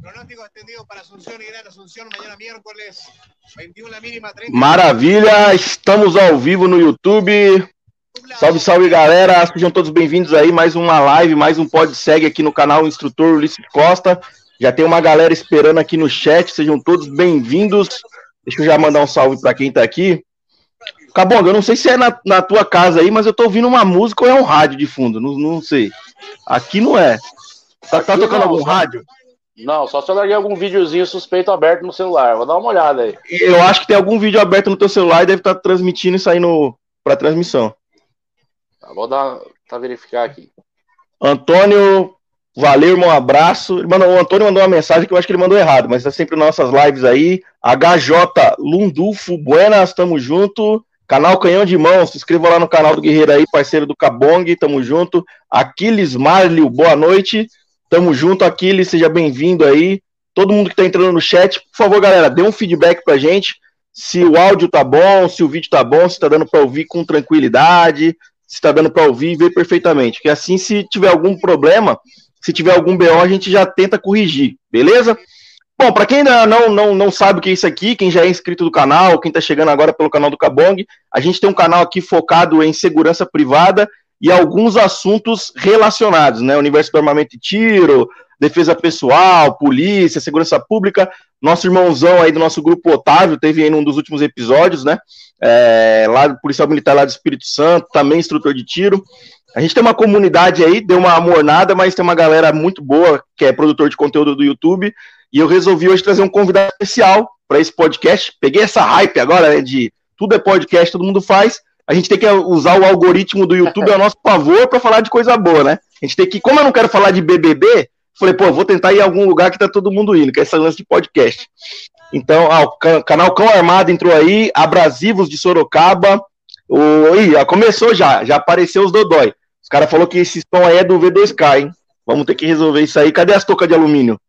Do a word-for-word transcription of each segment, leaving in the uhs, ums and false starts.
Pronóstico extendido para Asunción y Gran Asunción, mañana miércoles, vinte e um la mínima, trinta. Maravilha, estamos ao vivo no YouTube. Salve, salve, galera. Sejam todos bem-vindos aí, mais uma live, mais um pod segue aqui no canal Instrutor Ulisses Costa. Já tem uma galera esperando aqui no chat, sejam todos bem-vindos. Deixa eu já mandar um salve para quem tá aqui. Cabonga, eu não sei se é na, na tua casa aí, mas eu tô ouvindo uma música ou é um rádio de fundo, não, não sei. Aqui não é. Tá, tá tocando não, algum só... rádio? Não, só se eu larguei algum videozinho suspeito aberto no celular. Vou dar uma olhada aí. Eu acho que tem algum vídeo aberto no teu celular e deve estar transmitindo isso aí no, pra transmissão. Tá, vou dar pra verificar aqui. Antônio, valeu, irmão, abraço. Ele mandou, o Antônio mandou uma mensagem que eu acho que ele mandou errado, mas tá sempre nas nossas lives aí. H J Lundulfo, buenas, tamo junto. Canal Canhão de Mão, se inscreva lá no canal do Guerreiro aí, parceiro do Cabong, tamo junto. Aquiles Marlio, boa noite. Tamo junto, Aquiles, seja bem-vindo aí. Todo mundo que tá entrando no chat, por favor, galera, dê um feedback pra gente. Se o áudio tá bom, se o vídeo tá bom, se tá dando pra ouvir com tranquilidade, se tá dando pra ouvir e ver perfeitamente. Que assim, se tiver algum problema, se tiver algum B O, a gente já tenta corrigir, beleza? Bom, pra quem ainda não, não, não sabe o que é isso aqui, quem já é inscrito do canal, quem tá chegando agora pelo canal do Cabong, a gente tem um canal aqui focado em segurança privada e alguns assuntos relacionados, né? Universo do armamento e tiro, defesa pessoal, polícia, segurança pública. Nosso irmãozão aí do nosso grupo, Otávio, teve aí num dos últimos episódios, né? É, lá do policial militar lá do Espírito Santo, também instrutor de tiro. A gente tem uma comunidade aí, deu uma mornada, mas tem uma galera muito boa que é produtor de conteúdo do YouTube. E eu resolvi hoje trazer um convidado especial para esse podcast. Peguei essa hype agora, né, de tudo é podcast, todo mundo faz. A gente tem que usar o algoritmo do YouTube a nosso favor para falar de coisa boa, né? A gente tem que, como eu não quero falar de B B B, falei, pô, vou tentar ir em algum lugar que tá todo mundo indo, que é essa lance de podcast. Então, ah, o canal Cão Armado entrou aí, Abrasivos de Sorocaba. O... Ih, ó, começou já, já apareceu os Dodói. Os caras falaram que esse som aí é do V dois K, hein? Vamos ter que resolver isso aí. Cadê as toucas de alumínio?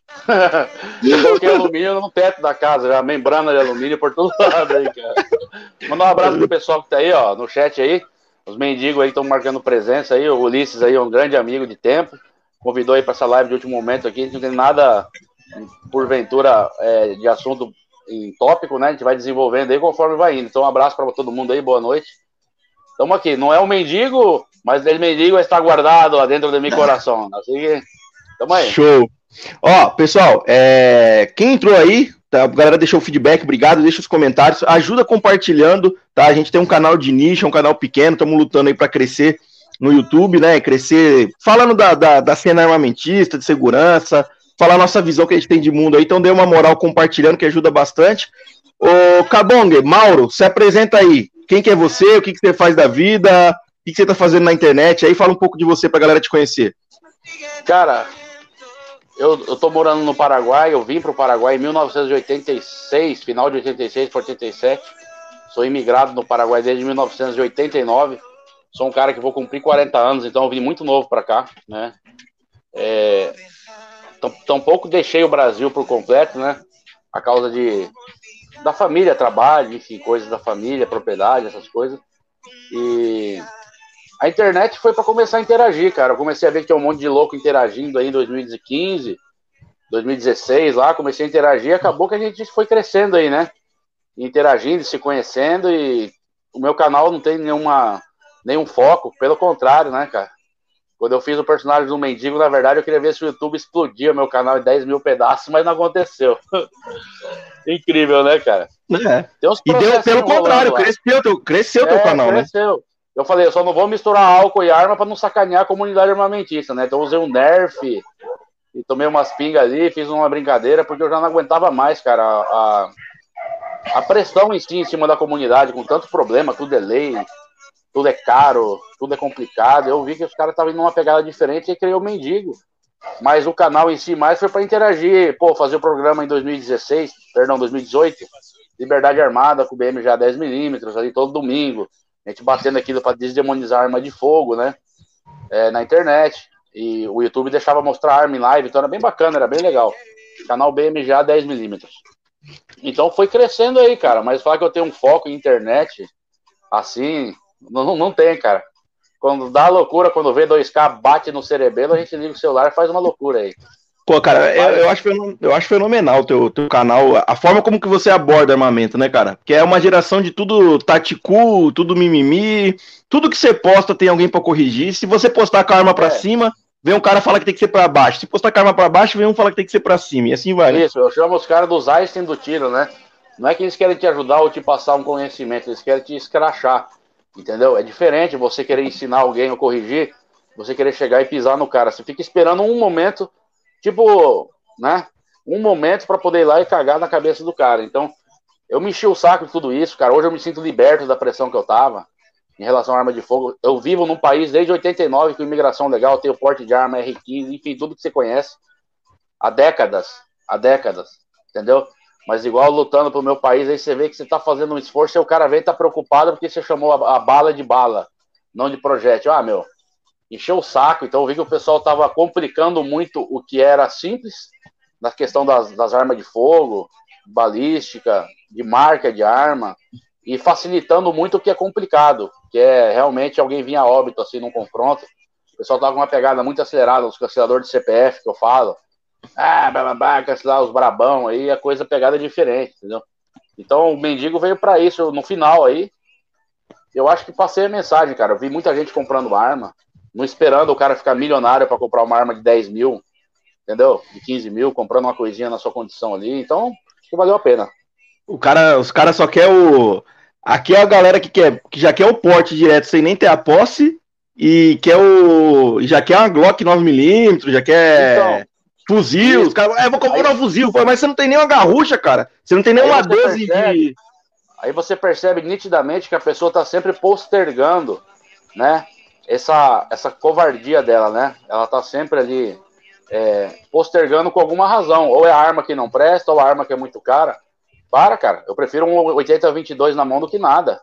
Eu coloquei alumínio no teto da casa, já membrana de alumínio por todo lado aí, cara. Mandar um abraço pro pessoal que tá aí, ó, no chat aí. Os mendigos aí estão marcando presença aí. O Ulisses aí é um grande amigo de tempo. Convidou aí pra essa live de último momento aqui. A gente não tem nada, porventura, é, de assunto em tópico, né? A gente vai desenvolvendo aí conforme vai indo. Então, um abraço pra todo mundo aí, boa noite. Tamo aqui. Não é um mendigo, mas ele mendigo está guardado lá dentro do meu coração. Assim que, tamo aí. Show. Ó, pessoal, é... quem entrou aí, tá? A galera deixou o feedback, obrigado, deixa os comentários, ajuda compartilhando, tá? A gente tem um canal de nicho, um canal pequeno, estamos lutando aí para crescer no YouTube, né? Crescer, falando da, da, da cena armamentista, de segurança, falar a nossa visão que a gente tem de mundo aí, então dê uma moral compartilhando que ajuda bastante. Ô, Cabong, Mauro, se apresenta aí. Quem que é você? O que, que você faz da vida? O que, que você tá fazendo na internet? Aí fala um pouco de você pra galera te conhecer. Cara, eu, eu tô morando no Paraguai, eu vim pro Paraguai em mil novecentos e oitenta e seis, final de oitenta e seis para oitenta e sete. Sou imigrado no Paraguai desde mil novecentos e oitenta e nove. Sou um cara que vou cumprir quarenta anos, então eu vim muito novo pra cá, né? É, tampouco deixei o Brasil por completo, né? A causa de... da família, trabalho, enfim, coisas da família, propriedade, essas coisas. E a internet foi para começar a interagir, cara. Eu comecei a ver que tinha um monte de louco interagindo aí em dois mil e quinze, dois mil e dezesseis lá, comecei a interagir e acabou que a gente foi crescendo aí, né? Interagindo, se conhecendo, e o meu canal não tem nenhuma, nenhum foco, pelo contrário, né, cara? Quando eu fiz o personagem do mendigo, na verdade, eu queria ver se o YouTube explodia meu canal em dez mil pedaços, mas não aconteceu. Incrível, né, cara? É. E deu pelo contrário, lá. cresceu teu, cresceu é, teu canal, cresceu. né? Eu falei, eu só não vou misturar álcool e arma pra não sacanear a comunidade armamentista, né? Então eu usei um Nerf e tomei umas pingas ali, fiz uma brincadeira, porque eu já não aguentava mais, cara, a, a pressão em si, em cima da comunidade, com tanto problema, tudo é lei, tudo é caro, tudo é complicado. Eu vi que os caras estavam indo numa pegada diferente e criei o mendigo. Mas o canal em si mais foi para interagir, pô, fazer o programa em dois mil e dezesseis, perdão, dois mil e dezoito, Liberdade Armada com o B M G dez milímetros, ali todo domingo, a gente batendo aquilo para desdemonizar arma de fogo, né, é, na internet, e o YouTube deixava mostrar arma em live, então era bem bacana, era bem legal, canal B M G dez milímetros. Então foi crescendo aí, cara, mas falar que eu tenho um foco em internet, assim, não, não tem, cara. Quando dá loucura, quando vê dois K bate no cerebelo, a gente liga o celular e faz uma loucura aí. Pô, cara, eu, eu, acho, eu acho fenomenal o teu, teu canal, a forma como que você aborda armamento, né, cara? Porque é uma geração de tudo taticu, tudo mimimi, tudo que você posta tem alguém pra corrigir. Se você postar com a arma pra é. cima, vem um cara falar que tem que ser pra baixo. Se postar com a arma pra baixo, vem um falar que tem que ser pra cima. E assim vai, né? Isso, eu chamo os caras dos Einstein do tiro, né? Não é que eles querem te ajudar ou te passar um conhecimento, eles querem te escrachar, entendeu? É diferente você querer ensinar alguém ou corrigir, você querer chegar e pisar no cara. Você fica esperando um momento, tipo, né? Um momento pra poder ir lá e cagar na cabeça do cara. Então, eu me enchi o saco de tudo isso, cara. Hoje eu me sinto liberto da pressão que eu tava em relação à arma de fogo. Eu vivo num país desde oitenta e nove com imigração legal, tenho porte de arma R quinze, enfim, tudo que você conhece. Há décadas, há décadas, entendeu? Mas igual lutando pro meu país, aí você vê que você tá fazendo um esforço e o cara vem e tá preocupado porque você chamou a, a bala de bala, não de projétil. Ah, meu, encheu o saco. Então eu vi que o pessoal tava complicando muito o que era simples na questão das, das armas de fogo, balística, de marca de arma, e facilitando muito o que é complicado, que é realmente alguém vir a óbito assim num confronto. O pessoal tava com uma pegada muito acelerada, os canceladores de C P F que eu falo. Ah, blá, blá, blá, cancelar os brabão aí, a coisa pegada é diferente, entendeu? Então o Mendigo veio pra isso no final aí. Eu acho que passei a mensagem, cara. Eu vi muita gente comprando arma, não esperando o cara ficar milionário pra comprar uma arma de dez mil, entendeu? De quinze mil, comprando uma coisinha na sua condição ali. Então, acho que valeu a pena. O cara, os caras só quer o... Aqui é a galera que, quer, que já quer o porte direto sem nem ter a posse e quer o... já quer uma Glock nove milímetros, já quer... Então, fuzil, os caras, é, vou comprar aí, um fuzil, pô, mas você não tem nem uma garrucha, cara. Você não tem nem uma doze de... Aí você percebe nitidamente que a pessoa tá sempre postergando, né, essa, essa covardia dela, né? Ela tá sempre ali é, postergando com alguma razão. Ou é a arma que não presta, ou a arma que é muito cara. Para, cara. Eu prefiro um oitenta vinte e dois na mão do que nada.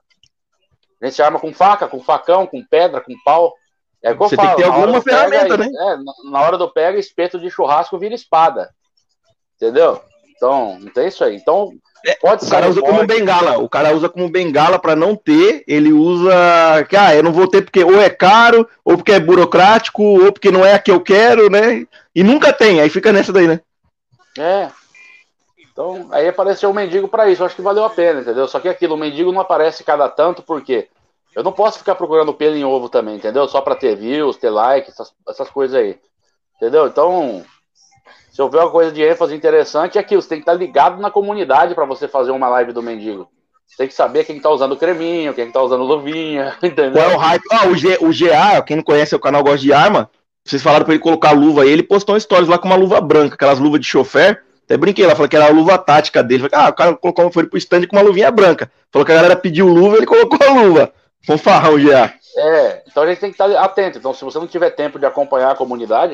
A gente se arma com faca, com facão, com pedra, com pau. É que eu você falo, tem que ter alguma ferramenta, pega, né? É, na hora do pega, espeto de churrasco vira espada. Entendeu? Então, não tem isso aí. Então, pode ser. O cara usa como bengala. O cara usa como bengala pra não ter. Ele usa. Ah, eu não vou ter porque ou é caro, ou porque é burocrático, ou porque não é a que eu quero, né? E nunca tem. Aí fica nessa daí, né? É. Então, aí apareceu o Mendigo pra isso. Eu acho que valeu a pena, entendeu? Só que aquilo, o Mendigo não aparece cada tanto porque eu não posso ficar procurando pelo em ovo também, entendeu? Só pra ter views, ter like, essas, essas coisas aí. Entendeu? Então, se houver uma coisa de ênfase interessante, é aquilo. Você tem que estar ligado na comunidade pra você fazer uma live do Mendigo. Você tem que saber quem tá usando creminho, quem tá usando luvinha, entendeu? Qual é o hype? Ah, o, G, o G A, quem não conhece o canal Gosta de Arma, vocês falaram pra ele colocar luva aí, ele postou um stories lá com uma luva branca, aquelas luvas de chofer. Até brinquei lá, falei que era a luva tática dele. Falei, ah, o cara colocou, foi pro stand com uma luvinha branca. Falou que a galera pediu luva, ele colocou a luva. Fanfarrão já. É, então a gente tem que estar atento. Então, se você não tiver tempo de acompanhar a comunidade,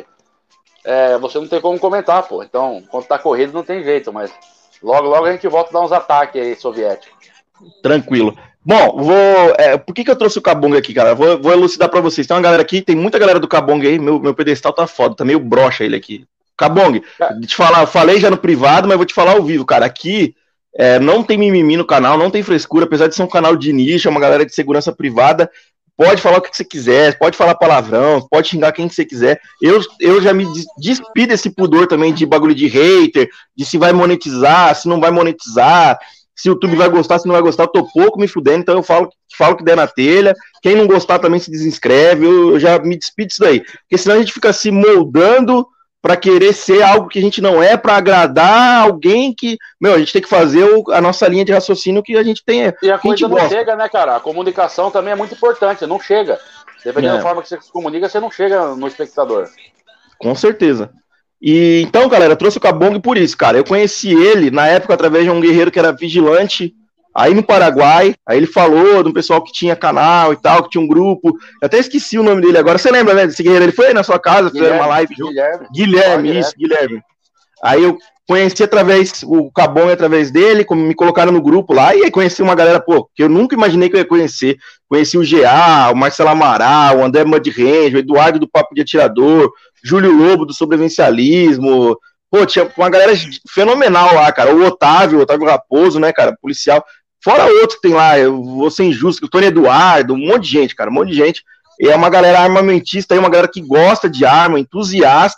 é, você não tem como comentar, pô. Então, quando tá corrido, não tem jeito, mas logo, logo a gente volta a dar uns ataques aí soviéticos. Tranquilo. Bom, vou. É, por que, que eu trouxe o Cabong aqui, cara? Vou, vou elucidar pra vocês. Tem uma galera aqui, tem muita galera do Cabong aí. Meu, meu pedestal tá foda, tá meio broxa ele aqui. Cabong, te falar, eu falei já no privado, mas vou te falar ao vivo, cara. Aqui é, não tem mimimi no canal, não tem frescura, apesar de ser um canal de nicho, é uma galera de segurança privada. Pode falar o que você quiser, pode falar palavrão, pode xingar quem você quiser. Eu, eu já me despido desse pudor também de bagulho de hater, de se vai monetizar, se não vai monetizar, se o YouTube vai gostar, se não vai gostar. Eu tô pouco me fudendo, então eu falo o que der na telha. Quem não gostar também se desinscreve. Eu, eu já me despido disso daí, porque senão a gente fica se moldando para querer ser algo que a gente não é, para agradar alguém que... Meu, a gente tem que fazer o, a nossa linha de raciocínio que a gente tem. E a coisa não chega, né, cara? A comunicação também é muito importante, não chega. Dependendo é. da forma que você se comunica, você não chega no espectador. Com certeza. E então, galera, eu trouxe o Cabong por isso, cara. Eu conheci ele na época através de um guerreiro que era vigilante aí no Paraguai. Aí ele falou de um pessoal que tinha canal e tal, que tinha um grupo. Eu até esqueci o nome dele agora. Você lembra, né, desse guerreiro? Ele foi aí na sua casa, fizeram uma live junto. Guilherme. Guilherme, ah, isso, Guilherme. Aí eu conheci através, o Cabong através dele, como me colocaram no grupo lá, e aí conheci uma galera, pô, que eu nunca imaginei que eu ia conhecer. Conheci o G A, o Marcelo Amaral, o André Mudrange, o Eduardo do Papo de Atirador, Júlio Lobo do Sobrevivencialismo. Pô, tinha uma galera fenomenal lá, cara. O Otávio, o Otávio Raposo, né, cara, policial. Fora outros que tem lá, eu vou ser injusto, o Tony Eduardo, um monte de gente, cara, um monte de gente. E é uma galera armamentista, é uma galera que gosta de arma, entusiasta.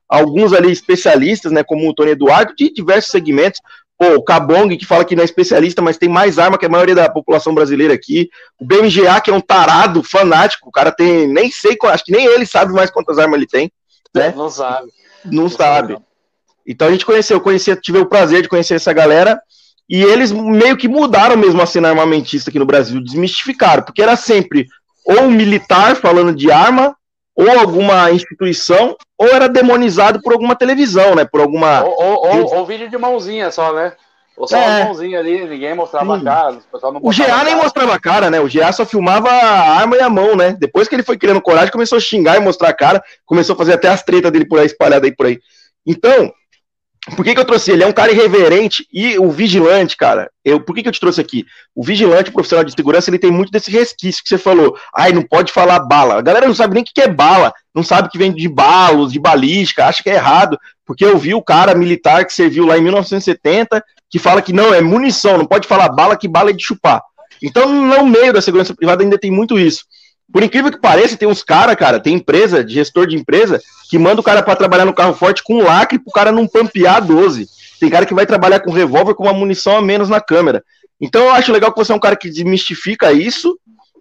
alguns ali especialistas, né, como o Tony Eduardo, de diversos segmentos. Pô, o Cabong, que fala que não é especialista, mas tem mais arma que a maioria da população brasileira aqui. O B M G A, que é um tarado, fanático. O cara tem, nem sei, acho que nem ele sabe mais quantas armas ele tem. Né? Não sabe. Não, não sabe. Não. Então a gente conheceu, conhecia, tive o prazer de conhecer essa galera. E eles meio que mudaram mesmo a cena armamentista aqui no Brasil, desmistificaram. Porque era sempre ou um militar falando de arma, ou alguma instituição, ou era demonizado por alguma televisão, né? Por alguma. Ou, ou, ou, ou vídeo de mãozinha só, né? Ou só é. uma mãozinha ali, ninguém mostrava Sim. a cara. O, pessoal não o G A nem cara. mostrava a cara, né? O G A só filmava a arma e a mão, né? Depois que ele foi criando coragem, começou a xingar e mostrar a cara, começou a fazer até as tretas dele por aí, espalhadas aí por aí. Então, por que que eu trouxe ele? É um cara irreverente e o vigilante, cara, eu, por que que eu te trouxe aqui? O vigilante, o profissional de segurança, ele tem muito desse resquício que você falou. Ai, não pode falar bala. A galera não sabe nem o que é bala, não sabe que vem de balos, de balística, acha que é errado, porque eu vi o cara militar que serviu lá em mil novecentos e setenta, que fala que não, é munição, não pode falar bala, que bala é de chupar. Então, no meio da segurança privada ainda tem muito isso. Por incrível que pareça, tem uns caras, cara, tem empresa, de gestor de empresa, que manda o cara pra trabalhar no carro forte com lacre pro cara não pampear doze. Tem cara que vai trabalhar com revólver com uma munição a menos na câmera. Então eu acho legal que você é um cara que desmistifica isso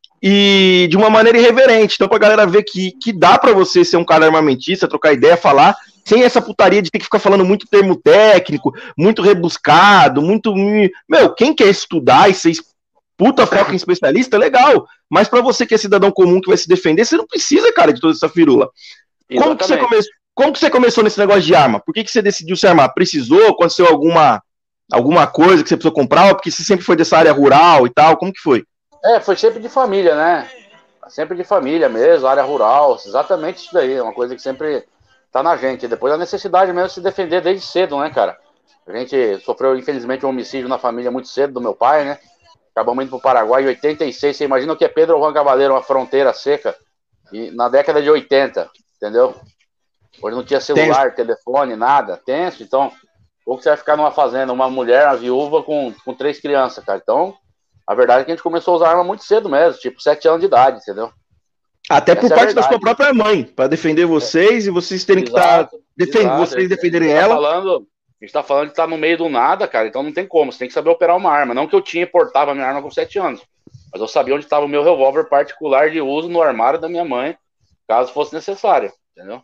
e de uma maneira irreverente. Então pra galera ver que, que dá pra você ser um cara armamentista, trocar ideia, falar, sem essa putaria de ter que ficar falando muito termo técnico, muito rebuscado, muito... Meu, quem quer estudar e ser puta foca em especialista, legal. Mas pra você que é cidadão comum que vai se defender, você não precisa, cara, de toda essa firula. Como que, você come... Como que você começou nesse negócio de arma? Por que que você decidiu se armar? Precisou? Aconteceu alguma, alguma coisa que você precisou comprar? Ou porque você sempre foi dessa área rural e tal? Como que foi? É, foi sempre de família, né? Sempre de família mesmo, área rural, exatamente isso daí. É uma coisa que sempre tá na gente. Depois a necessidade mesmo de se defender desde cedo, né, cara? A gente sofreu, infelizmente, um homicídio na família muito cedo do meu pai, né? Acabamos indo pro Paraguai em oitenta e seis. Você imagina o que é Pedro Juan Cavaleiro, uma fronteira seca, e na década de oitenta, entendeu? Hoje não tinha celular, tenso. telefone, nada, tenso. Então, ou que você vai ficar numa fazenda, uma mulher, uma viúva com, com três crianças, cara. Então, a verdade é que a gente começou a usar arma muito cedo mesmo, tipo sete anos de idade, entendeu? Até por Essa parte é da sua própria mãe, para defender vocês é. e vocês terem que estar tá defendendo, vocês defenderem ela. Tá falando... A gente tá falando de estar no meio do nada, cara, então não tem como, você tem que saber operar uma arma. Não que eu tinha e portava minha arma com sete anos, mas eu sabia onde estava o meu revólver particular de uso no armário da minha mãe, caso fosse necessário, entendeu?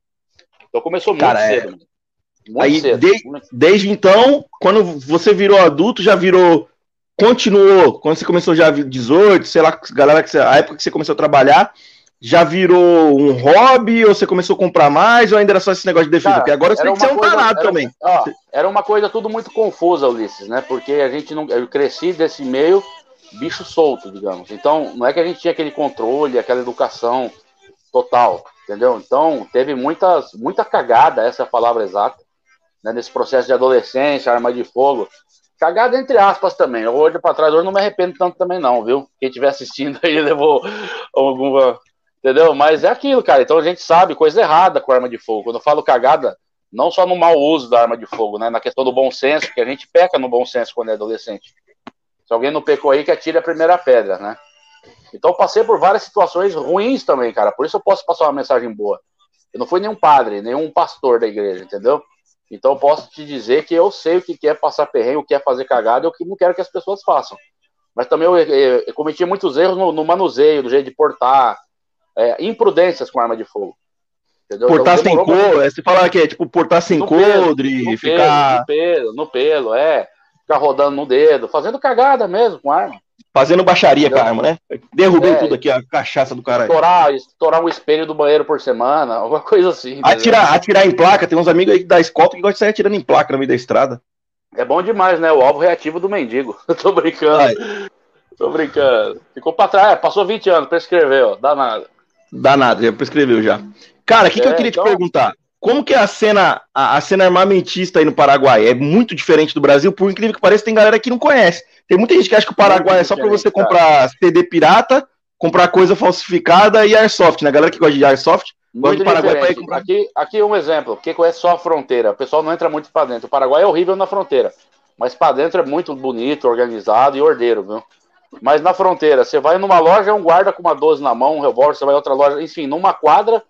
Então começou muito cara, cedo. É... Muito Aí, cedo. De... Desde então, quando você virou adulto, já virou, continuou, quando você começou já dezoito, sei lá, galera, que você... a época que você começou a trabalhar, já virou um hobby, ou você começou a comprar mais, ou ainda era só esse negócio de defesa? Cara, porque agora você tem que ser um tarado também. Ó, era uma coisa tudo muito confusa, Ulisses, né? Porque a gente não. Eu cresci desse meio bicho solto, digamos. Então, não é que a gente tinha aquele controle, aquela educação total, entendeu? Então, teve muitas, muita cagada, essa é a palavra exata, né? Nesse processo de adolescência, arma de fogo. Cagada entre aspas também. Eu olho pra trás, hoje não me arrependo tanto também, não, viu? Quem estiver assistindo aí levou alguma. Entendeu? Mas é aquilo, cara. Então a gente sabe coisa errada com arma de fogo. Quando eu falo cagada, não só no mau uso da arma de fogo, né? Na questão do bom senso, que a gente peca no bom senso quando é adolescente. Se alguém não pecou aí, que atire a primeira pedra, né? Então eu passei por várias situações ruins também, cara. Por isso eu posso passar uma mensagem boa. Eu não fui nenhum padre, nenhum pastor da igreja, entendeu? Então eu posso te dizer que eu sei o que é passar perrengue, o que é fazer cagada e o que não quero que as pessoas façam. Mas também eu, eu, eu cometi muitos erros no, no manuseio, no jeito de portar, é, imprudências com arma de fogo. Entendeu? Portar então, sem cor, você fala que é tipo portar sem coldre, no ficar... Pelo, no pelo, no pelo, é. Ficar rodando no dedo, fazendo cagada mesmo com arma. Fazendo baixaria com a arma, né? Derrubei é, tudo aqui, a cachaça do caralho. Estourar, estourar um espelho do banheiro por semana, alguma coisa assim. Atirar, atirar em placa, tem uns amigos aí da escola que gostam de sair atirando em placa no meio da estrada. É bom demais, né? O alvo reativo do mendigo. Tô brincando. Ai. Tô brincando. Ficou pra trás, passou vinte anos, prescreveu, danado. Danado, já prescreveu já. Cara, o que, é, que eu queria então... te perguntar? Como que é a cena, a, a cena armamentista aí no Paraguai? É muito diferente do Brasil? Por incrível que pareça, tem galera que não conhece. Tem muita gente que acha que o Paraguai é só pra você comprar C D pirata, comprar coisa falsificada e airsoft, né? Galera que gosta de airsoft, gosta do Paraguai pra ir comprar. Aqui, aqui um exemplo, porque é só a fronteira. O pessoal não entra muito pra dentro. O Paraguai é horrível na fronteira, mas pra dentro é muito bonito, organizado e ordeiro, viu? Mas na fronteira, você vai numa loja, é um guarda com uma doze na mão, um revólver, você vai em outra loja, enfim, numa quadra,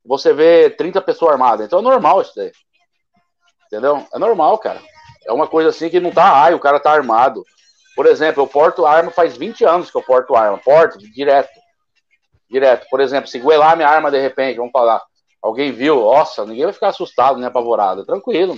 você vê trinta pessoas armadas. Então é normal isso daí. Entendeu? É normal, cara. É uma coisa assim que não tá, ai, o cara tá armado. Por exemplo, eu porto arma faz vinte anos que eu porto arma. Porto direto. Direto. Por exemplo, se goelar minha arma de repente, vamos falar, alguém viu, nossa, ninguém vai ficar assustado, nem apavorado. Tranquilo.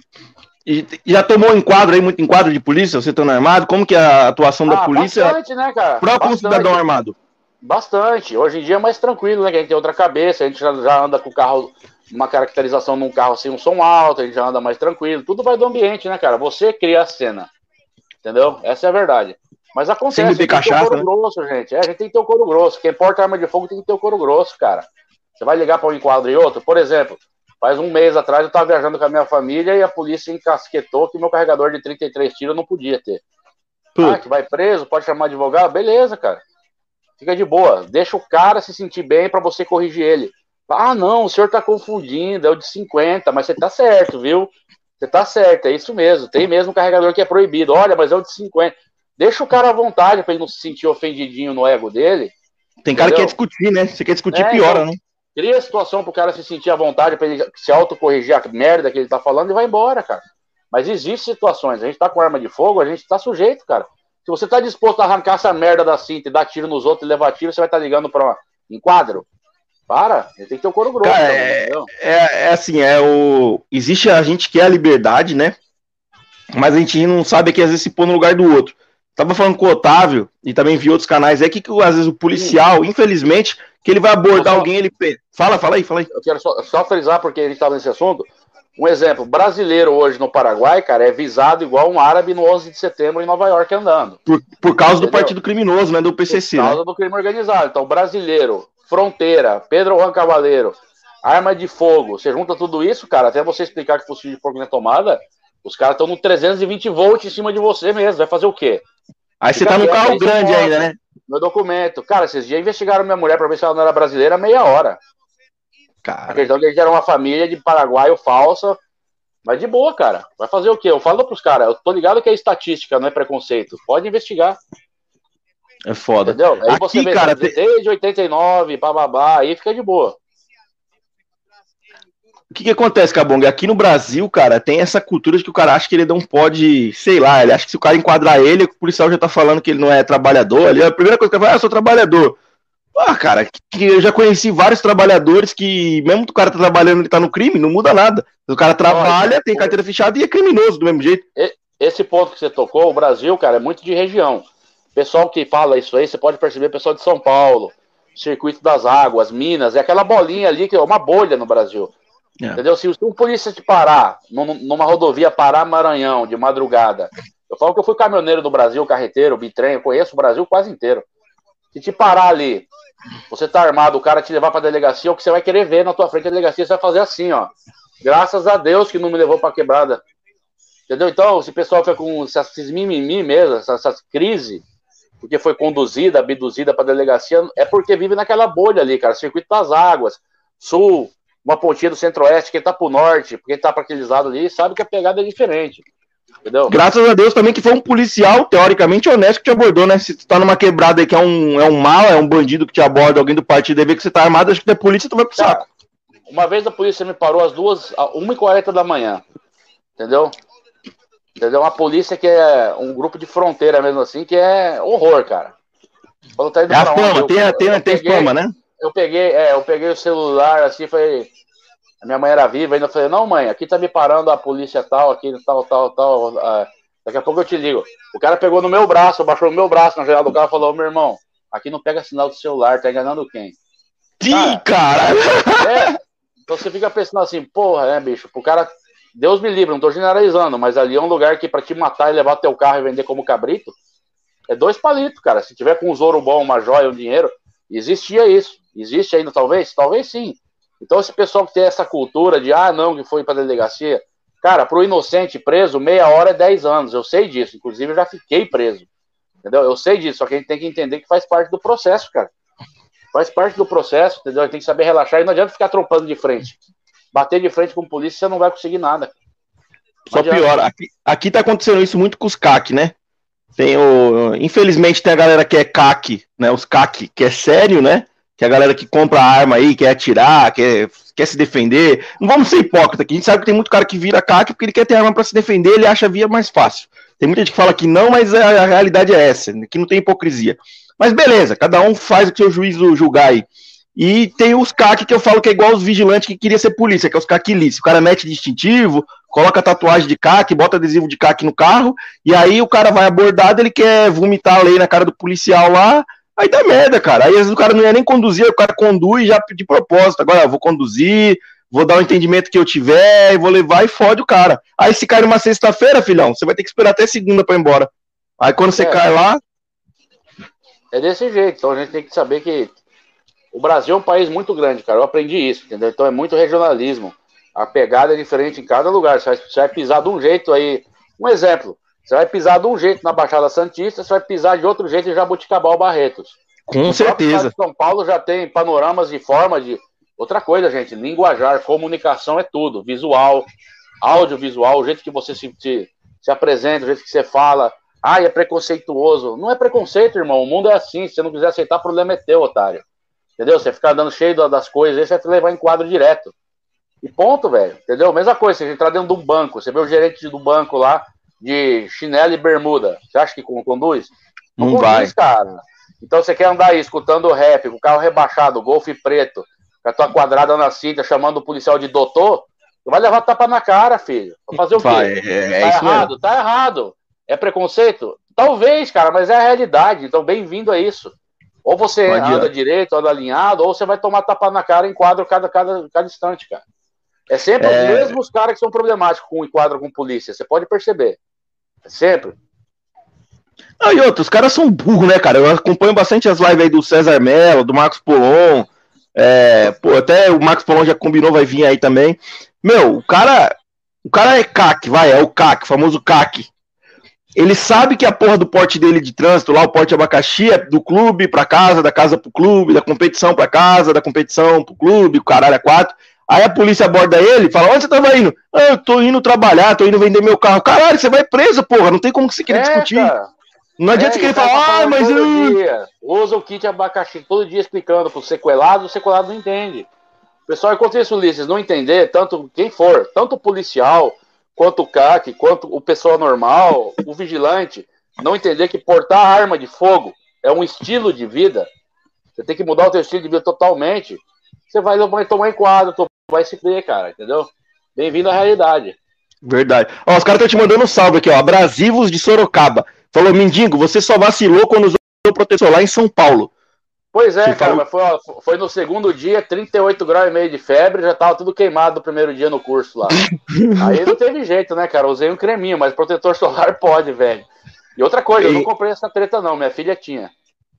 E, e já tomou enquadro aí, muito enquadro de polícia, você estando armado? Como que é a atuação da ah, polícia? Bastante, né, cara? Próprio cidadão armado. Bastante. Hoje em dia é mais tranquilo, né? Que a gente tem outra cabeça, a gente já, já anda com o carro, uma caracterização num carro sem um som alto, a gente já anda mais tranquilo. Tudo vai do ambiente, né, cara? Você cria a cena. Entendeu? Essa é a verdade. Mas acontece, Sem beber tem que ter o cachaça, couro né? grosso, gente. É, a gente tem que ter o couro grosso. Quem porta arma de fogo tem que ter o couro grosso, cara. Você vai ligar para um enquadro e outro? Por exemplo, faz um mês atrás eu estava viajando com a minha família e a polícia encasquetou que meu carregador de trinta e três tiros não podia ter. Puta. Ah, que vai preso, pode chamar advogado? Beleza, cara. Fica de boa. Deixa o cara se sentir bem para você corrigir ele. Ah, não, o senhor tá confundindo, é o de cinquenta, mas você tá certo, viu? Você tá certo, é isso mesmo. Tem mesmo um carregador que é proibido. Olha, mas é o de cinquenta. Deixa o cara à vontade para ele não se sentir ofendidinho no ego dele. Tem cara entendeu? que quer discutir, né? Você quer discutir, É, piora, então, né? Cria a situação pro cara se sentir à vontade, para ele se autocorrigir a merda que ele tá falando e vai embora, cara. Mas existem situações. A gente tá com arma de fogo, a gente tá sujeito, cara. Se você tá disposto a arrancar essa merda da cinta e dar tiro nos outros e levar tiro, você vai estar tá ligando pra enquadro? Para, ele tem que ter o couro grosso. Cara, também, é, entendeu? é, é assim, é o... Existe a gente que é a liberdade, né? Mas a gente não sabe que às vezes se pôr no lugar do outro. Tava falando com o Otávio, e também vi outros canais, é que, que às vezes o policial, infelizmente, que ele vai abordar Só- alguém, ele... pe- Fala, fala aí, fala aí. Eu quero só, só frisar, porque a gente tava nesse assunto. Um exemplo, brasileiro hoje no Paraguai, cara, é visado igual um árabe no onze de setembro em Nova York andando. Por, por causa do Entendeu? partido criminoso, né? Do P C C, Por né? causa do crime organizado. Então, brasileiro, fronteira, Pedro Juan Cavaleiro, arma de fogo, você junta tudo isso, cara, até você explicar que fuzil de fogo na tomada, os caras estão no trezentos e vinte volts em cima de você mesmo. Vai fazer o quê? Aí você Fica tá no quieto, carro aí você grande mostra. ainda, né? Meu documento. Cara, esses dias investigaram minha mulher pra ver se ela não era brasileira meia hora. A Cara, questão é que a gente era uma família de paraguaio falsa. Mas de boa, cara. Vai fazer o quê? Eu falo pros caras, eu tô ligado que é estatística, não é preconceito. Pode investigar. é foda. Entendeu? Aí Aqui, você vê, cara, desde oitenta e nove, bababá, aí fica de boa. O que que acontece, Cabonga? Aqui no Brasil, cara, tem essa cultura de que o cara acha que ele não pode, sei lá, ele acha que se o cara enquadrar ele, o policial já tá falando que ele não é trabalhador, ali, a primeira coisa que ele fala, ah, eu sou trabalhador. Ah, cara, que, que eu já conheci vários trabalhadores que, mesmo que o cara tá trabalhando, ele tá no crime, não muda nada. O cara trabalha, Olha, tem carteira fechada e é criminoso do mesmo jeito. Esse ponto que você tocou, o Brasil, cara, é muito de região. Pessoal que fala isso aí, você pode perceber, pessoal de São Paulo, Circuito das Águas, Minas, é aquela bolinha ali que é uma bolha no Brasil. É. Entendeu? Se um polícia te parar numa rodovia Pará-Maranhão de madrugada, eu falo que eu fui caminhoneiro do Brasil, carreteiro, bitrem, eu conheço o Brasil quase inteiro. Se te parar ali, você tá armado, o cara te levar pra delegacia, o que você vai querer ver na tua frente a delegacia, você vai fazer assim, ó. Graças a Deus que não me levou pra quebrada. Entendeu? Então, se o pessoal fica com esses mimimi mesmo, essas, essas crises, porque foi conduzida, abduzida pra delegacia, é porque vive naquela bolha ali, cara. Circuito das Águas, Sul, uma pontinha do Centro-Oeste, quem tá pro Norte, quem tá pra aqueles lados ali, sabe que a pegada é diferente. Entendeu? Graças a Deus também que foi um policial, teoricamente honesto, que te abordou, né? Se tu tá numa quebrada aí que é um, é um mal, é um bandido que te aborda, alguém do partido, aí vê que você tá armado, acho que é polícia, tu vai pro saco. Cara, uma vez a polícia me parou às duas, uma e quarenta da manhã. Entendeu? Entendeu? Uma polícia que é um grupo de fronteira mesmo assim, que é horror, cara. Falou, tá indo É a pra onde? fama, Eu- tem, a- tem, eu tem peguei- fama, né? Eu peguei, é, eu peguei o celular assim, falei. A minha mãe era viva, ainda falei, não, mãe, aqui tá me parando a polícia tal, aqui tal, tal, tal. ah, daqui a pouco eu te ligo. O cara pegou no meu braço, baixou no meu braço na janela do carro e falou, meu irmão, aqui não pega sinal do celular, tá enganando quem? Ih, cara! É. Então você fica pensando assim, porra, né, bicho? O cara, Deus me livre, não tô generalizando, mas ali é um lugar que pra te matar e levar teu carro e vender como cabrito, é dois palitos, cara. Se tiver com um ouro bom, uma joia, um dinheiro, existia isso. Existe ainda, talvez? Talvez sim. Então esse pessoal que tem essa cultura de, ah, não, que foi pra delegacia, cara, pro inocente preso, meia hora é dez anos. Eu sei disso, inclusive eu já fiquei preso. Entendeu? Eu sei disso, só que a gente tem que entender que faz parte do processo, cara. Faz parte do processo, entendeu? A gente tem que saber relaxar e não adianta ficar trompando de frente. Bater de frente com polícia, você não vai conseguir nada. Não Só adianta. pior, aqui, aqui tá acontecendo isso muito com os C A C, né? Tem o, infelizmente tem a galera que é C A C, né? Os C A C, que é sério, né? que a galera que compra arma aí, quer atirar, quer, quer se defender. Não vamos ser hipócritas aqui, a gente sabe que tem muito cara que vira C A C porque ele quer ter arma pra se defender, ele acha a via mais fácil. Tem muita gente que fala que não, mas a, a realidade é essa, que não tem hipocrisia. Mas beleza, cada um faz o que o seu juízo julgar aí. E tem os C A C que eu falo que é igual os vigilantes que queria ser polícia, que é os C A C ilícitos. O cara mete distintivo, coloca tatuagem de C A C, bota adesivo de C A C no carro, e aí o cara vai abordado, ele quer vomitar a lei na cara do policial lá, aí dá merda, cara. Aí às vezes o cara não ia nem conduzir, o cara conduz já de propósito. Agora eu vou conduzir, vou dar o entendimento que eu tiver, e vou levar e fode o cara. Aí se cai numa sexta-feira, filhão, você vai ter que esperar até segunda pra ir embora. Aí quando você é. cai lá... É desse jeito, então a gente tem que saber que o Brasil é um país muito grande, cara. Eu aprendi isso, entendeu? Então é muito regionalismo. A pegada é diferente em cada lugar. Você vai, você vai pisar de um jeito aí. Um exemplo. Você vai pisar de um jeito na Baixada Santista, você vai pisar de outro jeito em Jaboticabal, Barretos. Com certeza. São Paulo já tem panoramas de forma de... Outra coisa, gente. Linguajar, comunicação é tudo. Visual, audiovisual, o jeito que você se, se, se apresenta, o jeito que você fala. Ah, é preconceituoso. Não é preconceito, irmão. O mundo é assim. Se você não quiser aceitar, o problema é teu, otário. Entendeu? Você ficar dando cheio das coisas, aí você vai te levar em quadro direto. E ponto, velho. Entendeu? Mesma coisa, você entrar dentro de um banco, você vê o gerente do banco lá, de chinelo e bermuda. Você acha que conduz? Não, não conduz, vai. Cara. Então você quer andar aí escutando rap, com o carro rebaixado, golfe preto, com a tua quadrada na cinta, chamando o policial de doutor, tu vai levar tapa na cara, filho. Vai fazer o quê? Vai, é, é tá isso errado? mesmo. Tá errado. É preconceito? Talvez, cara, mas é a realidade. Então, bem-vindo a isso. Ou você Não anda adianta. direito, anda alinhado, ou você vai tomar tapa na cara em quadro cada, cada, cada instante, cara. É sempre É. os mesmos caras que são problemáticos com o quadro com polícia. Você pode perceber. É sempre. Ah, e outros, os caras são burros, né, cara? Eu acompanho bastante as lives aí do César Mello, do Marcos Polon. É, pô, até o Marcos Polon já combinou, vai vir aí também. Meu, o cara. O cara é C A C, vai, é o C A C, o famoso C A C. Ele sabe que a porra do porte dele de trânsito, lá o porte abacaxi, é do clube pra casa, da casa pro clube, da competição pra casa, da competição pro clube, o caralho é quatro. Aí a polícia aborda ele e fala, onde você tava indo? Ah, eu tô indo trabalhar, tô indo vender meu carro. Caralho, você vai preso, porra, não tem como você querer É, discutir. cara. Não adianta É, você querer o cara falar, tá ah, falando mas todo eu... dia. Usa o kit abacaxi todo dia explicando pro sequelado, o sequelado não entende. O pessoal, enquanto isso, Ulisses, não entender, tanto quem for, tanto o policial, quanto o C A C, quanto o pessoal normal, o vigilante, não entender que portar arma de fogo é um estilo de vida, você tem que mudar o teu estilo de vida totalmente, você vai, vai tomar enquadro, tu vai se ver, cara, entendeu? Bem-vindo à realidade. Verdade. Ó, os caras estão te mandando um salve aqui, ó. Abrasivos de Sorocaba. Falou, Mindingo, você só vacilou quando usou o protetor lá em São Paulo. Pois é, Você cara, falou... mas foi, ó, foi no segundo dia, trinta e oito graus e meio de febre, já tava tudo queimado no primeiro dia no curso lá. Aí não teve jeito, né, cara? Usei um creminho, mas protetor solar pode, velho. E outra coisa, eu não comprei essa treta não, minha filha tinha.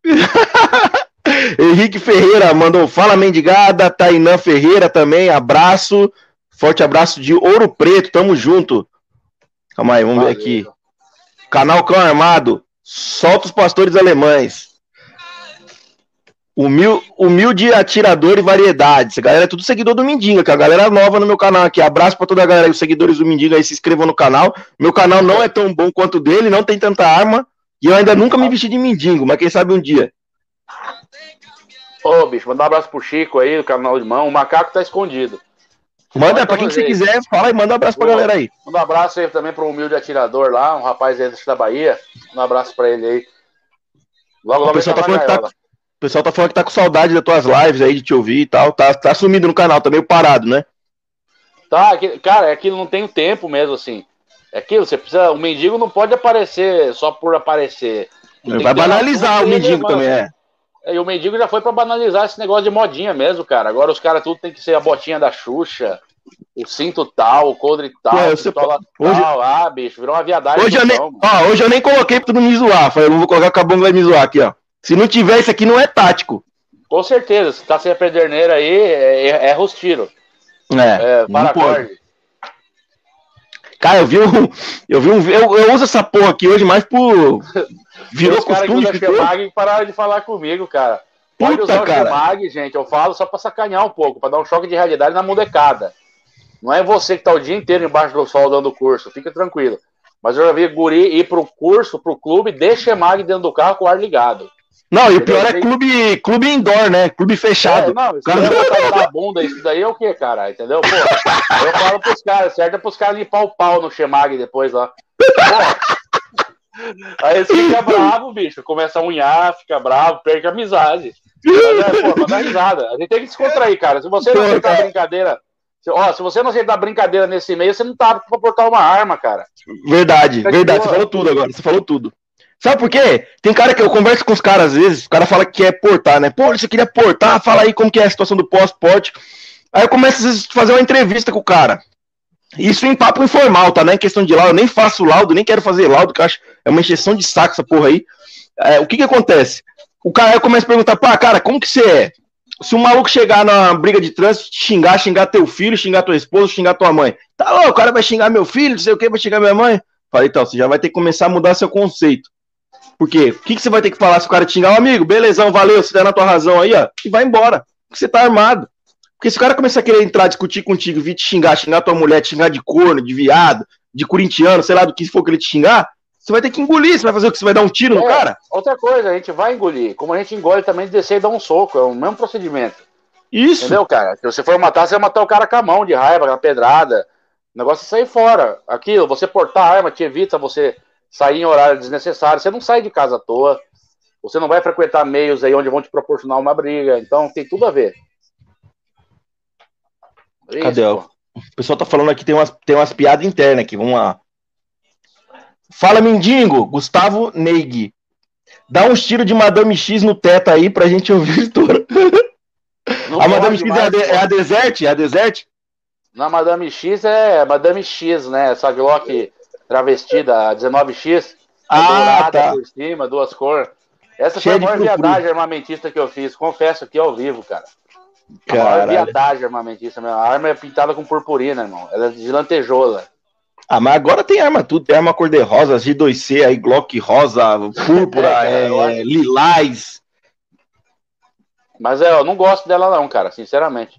Henrique Ferreira mandou, fala mendigada, Tainã Ferreira também, abraço, forte abraço de Ouro Preto, tamo junto. Calma aí, vamos Valeu. ver aqui. Canal Cão Armado, solta os pastores alemães. Humil, humilde atirador e variedades. Essa galera é tudo seguidor do Mindinga, que é a galera nova no meu canal aqui. Abraço pra toda a galera, os seguidores do Mindinga aí, se inscrevam no canal. Meu canal não é tão bom quanto o dele, não tem tanta arma. E eu ainda nunca me vesti de mendigo, mas quem sabe um dia. Ô, bicho, mandar um abraço pro Chico aí, do canal de mão. O macaco tá escondido. Manda pra quem que você quiser, fala e manda um abraço pra Pô, galera aí. Manda um abraço aí também pro humilde atirador lá, um rapaz aí da Bahia. Um abraço pra ele aí. Logo, logo o pessoal tá falando que tá, o pessoal tá falando que tá com saudade das tuas lives aí, de te ouvir e tal. Tá, tá sumido no canal, tá meio parado, né? Tá, cara, é aquilo, não tem tempo mesmo, assim. É aquilo, você precisa. O mendigo não pode aparecer só por aparecer. Vai banalizar o mendigo também, é. E o mendigo já foi pra banalizar esse negócio de modinha mesmo, cara. Agora os caras tudo tem que ser a botinha da Xuxa, o cinto tal, o coldre tal, é, o pistola hoje... tal. Ah, bicho, virou uma viadagem. Hoje, eu nem... ó, hoje eu nem coloquei pra tu não me zoar. Falei, eu não vou colocar que a bomba vai me zoar aqui, ó. Se não tiver isso aqui, não é tático. Com certeza, se tá sem a pederneira aí, é, é, é rostiro. É, é paracorde. Cara, eu vi um. Eu vi um. Eu, eu uso essa porra aqui hoje mais por. Virou os caras que usam Chemag e pararam de falar comigo, cara. Pode Puta, usar o cara. Chemag, gente. Eu falo só pra sacanear um pouco, pra dar um choque de realidade na molecada. Não é você que tá o dia inteiro embaixo do sol dando curso, fica tranquilo. Mas eu já vi guri ir pro curso, pro clube, de Chemag dentro do carro com o ar ligado. Não, e o pior é clube, clube indoor, né? Clube fechado. É, não, isso cara... daí é botar na bunda, isso daí é o quê, cara? Entendeu? Pô, eu falo pros caras, certo é pros caras limpar o pau no Chemag depois lá. Pô, aí eles ficam bravos, bicho. Começa a unhar, fica bravo, perde a amizade. Mas é, pô, pra dar risada. A gente tem que descontrair, cara. Se você não aceitar a brincadeira... Se, ó, se você não aceitar brincadeira nesse meio, você não tá pra portar uma arma, cara. Verdade, verdade. Você falou tudo agora. Você falou tudo. Sabe por quê? Tem cara que eu converso com os caras às vezes, o cara fala que quer portar, né? Pô, você queria portar, fala aí como que é a situação do pós-porte. Aí eu começo às vezes a fazer uma entrevista com o cara. Isso em papo informal, tá? Não é questão de laudo, eu nem faço laudo, nem quero fazer laudo, que eu acho é uma encheção de saco essa porra aí. É, o que que acontece? O cara aí começa a perguntar, pá, cara, como que você é? Se um maluco chegar na briga de trânsito, te xingar, xingar teu filho, xingar tua esposa, xingar tua mãe. Tá louco, o cara vai xingar meu filho, não sei o que, vai xingar minha mãe. Falei, então, você já vai ter que começar a mudar seu conceito. Por quê? O que, que você vai ter que falar se o cara te xingar? Um amigo, belezão, valeu, você der na tua razão aí, ó, e vai embora. Porque você tá armado. Porque se o cara começar a querer entrar, discutir contigo, vir te xingar, xingar tua mulher, te xingar de corno, de viado, de corintiano, sei lá do que for que ele te xingar, você vai ter que engolir, você vai fazer o que? Você vai dar um tiro é, no cara? Outra coisa, a gente vai engolir. Como a gente engole também, descer e dar um soco, é o mesmo procedimento. Isso. Entendeu, cara? Se você for matar, você vai matar o cara com a mão, de raiva, com a pedrada. O negócio é sair fora. Aquilo, você portar arma te evita você sair em horário desnecessário. Você não sai de casa à toa. Você não vai frequentar meios aí onde vão te proporcionar uma briga. Então, tem tudo a ver. É isso, cadê? Pô. O pessoal tá falando aqui, tem umas, tem umas piadas internas aqui. Vamos lá. Fala, mendigo. Gustavo Neig. Dá uns tiros de Madame X no teto aí pra gente ouvir tudo. A Madame X mais, é, a de, é a Desert? É a Desert? Na Madame X é Madame X, né? Essa Glock travestida, a dezenove X. Ah, dourada tá. Por cima, duas cores. Essa Cheia foi a maior frufru. viadagem armamentista que eu fiz. Confesso aqui ao vivo, cara. A Caralho. maior viadagem armamentista. Minha arma é pintada com purpurina, irmão. Ela é de lantejola. Ah, mas agora tem arma tudo. Tem arma cor-de-rosa, G dois C, aí Glock rosa, púrpura, é, cara, é, lilás. Mas é, eu não gosto dela não, cara, sinceramente.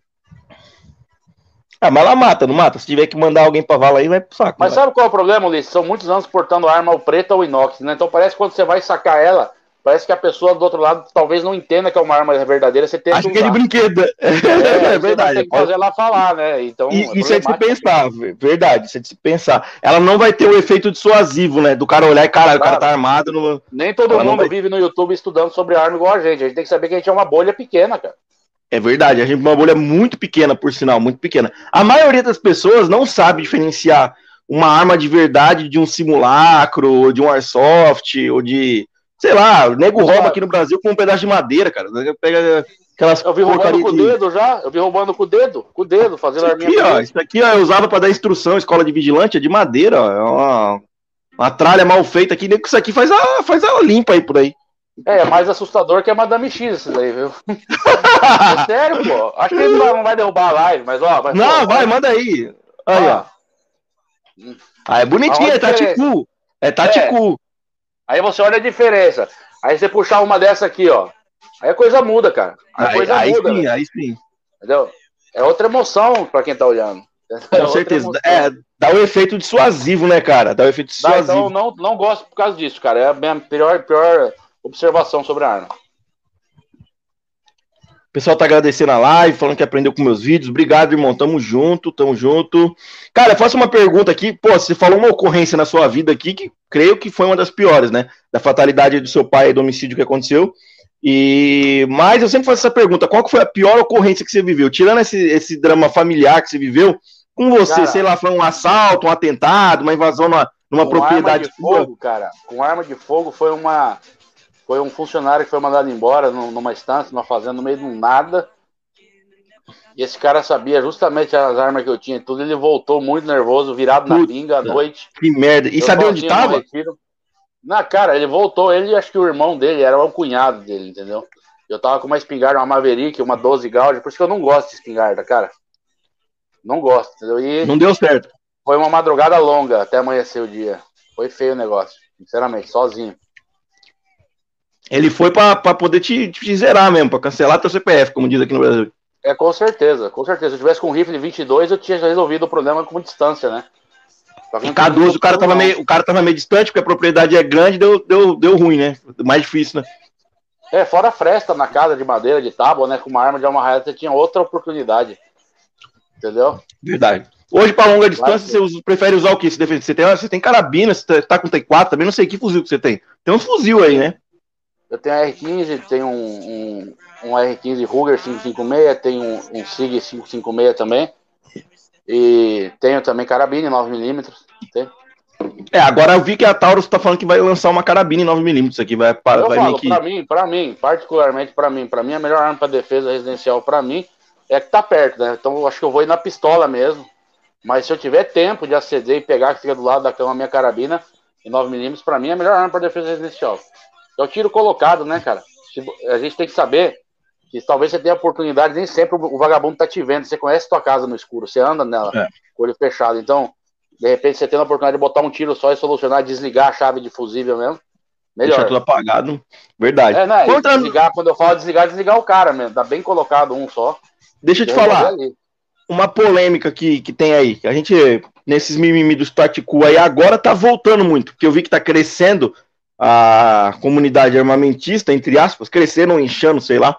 Ah, mas ela mata, não mata? Se tiver que mandar alguém pra vala aí, vai pro saco. Mas vai. sabe qual é o problema, Ulisses? São muitos anos portando arma ou preta ou inox, né? Então parece que quando você vai sacar ela, parece que a pessoa do outro lado talvez não entenda que é uma arma verdadeira, você tem Acho que é de brinquedo. É, é verdade. Tem que fazer ela falar, né? Então, e, é isso é de se pensar, verdade, isso é de se pensar. Ela não vai ter o efeito dissuasivo, né? Do cara olhar e, caralho, claro, o cara tá armado. No... Nem todo ela mundo vai... vive no YouTube estudando sobre arma igual a gente. A gente tem que saber que a gente é uma bolha pequena, cara. É verdade, a gente é uma bolha muito pequena, por sinal, muito pequena. A maioria das pessoas não sabe diferenciar uma arma de verdade de um simulacro, ou de um airsoft, ou de... Sei lá, o nego rouba aqui no Brasil com um pedaço de madeira, cara. Pega aquelas Eu vi roubando com o de... dedo já. Eu vi roubando com o dedo. Com o dedo, fazendo isso aqui, ó, isso aqui, ó, eu usava pra dar instrução, escola de vigilante, é de madeira, ó. É uma, uma tralha mal feita aqui. Nego, isso aqui faz a, faz a limpa aí por aí. É, é mais assustador que a Madame X, isso daí, viu? É sério, pô. Acho que ele não vai derrubar a live, mas ó. Mas, não, pô, vai, vai, manda aí. Aí, ó. Ah, é bonitinha, é Taticu. É Taticu. É. Aí você olha a diferença. Aí você puxar uma dessa aqui, ó. Aí a coisa muda, cara. Aí, aí, coisa aí muda, sim, né? aí sim. Entendeu? É outra emoção pra quem tá olhando. Com é certeza. É, dá o efeito dissuasivo, né, cara? Dá o efeito dissuasivo. Dá, então não, não gosto por causa disso, cara. É a minha pior, pior observação sobre a arma. O pessoal tá agradecendo a live, falando que aprendeu com meus vídeos. Obrigado, irmão. Tamo junto, tamo junto. Cara, eu faço uma pergunta aqui. Pô, você falou uma ocorrência na sua vida aqui que creio que foi uma das piores, né? Da fatalidade do seu pai e do homicídio que aconteceu. E... Mas eu sempre faço essa pergunta. Qual que foi a pior ocorrência que você viveu? Tirando esse, esse drama familiar que você viveu, com você, cara, sei lá, foi um assalto, um atentado, uma invasão numa, numa propriedade... Arma de fogo, cara. Com arma de fogo foi uma... Foi um funcionário que foi mandado embora numa estância, numa fazenda, no meio de um nada. E esse cara sabia justamente as armas que eu tinha e tudo. Ele voltou muito nervoso, virado na pinga à noite. Que merda. E eu sabia onde tava? Na cara, ele voltou. Ele e acho que o irmão dele, era o cunhado dele, entendeu? Eu tava com uma espingarda, uma Maverick, uma doze Gauge. Por isso que eu não gosto de espingarda, cara. Não gosto, entendeu? E não deu certo. Foi uma madrugada longa até amanhecer o dia. Foi feio o negócio, sinceramente, sozinho. Ele foi pra, pra poder te, te zerar mesmo, pra cancelar teu C P F, como diz aqui no Brasil. É, com certeza, com certeza. Se eu tivesse com um rifle vinte e dois, eu tinha resolvido o problema com distância, né? E K doze, o cara, tava meio, o cara tava meio distante, porque a propriedade é grande, deu, deu, deu ruim, né? Mais difícil, né? É, fora a fresta na casa de madeira, de tábua, né? Com uma arma de alma reta, você tinha outra oportunidade. Entendeu? Verdade. Hoje, para longa distância, você usa, prefere usar o quê? Você tem, você tem carabina, você tá com T quatro também, não sei que fuzil que você tem. Tem uns fuzil aí, né? Eu tenho R quinze, tenho um, um, um R quinze Ruger cinco cinco seis, tenho um, um SIG cinco cinco seis também. E tenho também carabina em nove milímetros. É, agora eu vi que a Taurus tá falando que vai lançar uma carabina em nove milímetros aqui. Vai, eu vai falo, que... pra mim, pra mim, particularmente pra mim, pra mim, a melhor arma pra defesa residencial pra mim é que tá perto, né? Então eu acho que eu vou ir na pistola mesmo. Mas se eu tiver tempo de aceder e pegar que fica do lado da cama a minha carabina em nove milímetros, pra mim é a melhor arma pra defesa residencial. É o tiro colocado, né, cara? A gente tem que saber que talvez você tenha oportunidade, nem sempre o vagabundo tá te vendo. Você conhece tua casa no escuro, você anda nela, é. com o olho fechado. Então, de repente, você tem a oportunidade de botar um tiro só e solucionar, desligar a chave de fusível mesmo. Melhor. Deixar tudo apagado. Verdade. É, né? Contra... Desligar, quando eu falo desligar, desligar o cara mesmo. Tá bem colocado um só. Deixa eu te falar. Uma polêmica que, que tem aí. A gente, nesses mimimi do Staticu aí, agora tá voltando muito. Porque eu vi que tá crescendo a comunidade armamentista, entre aspas, crescendo, inchando, sei lá.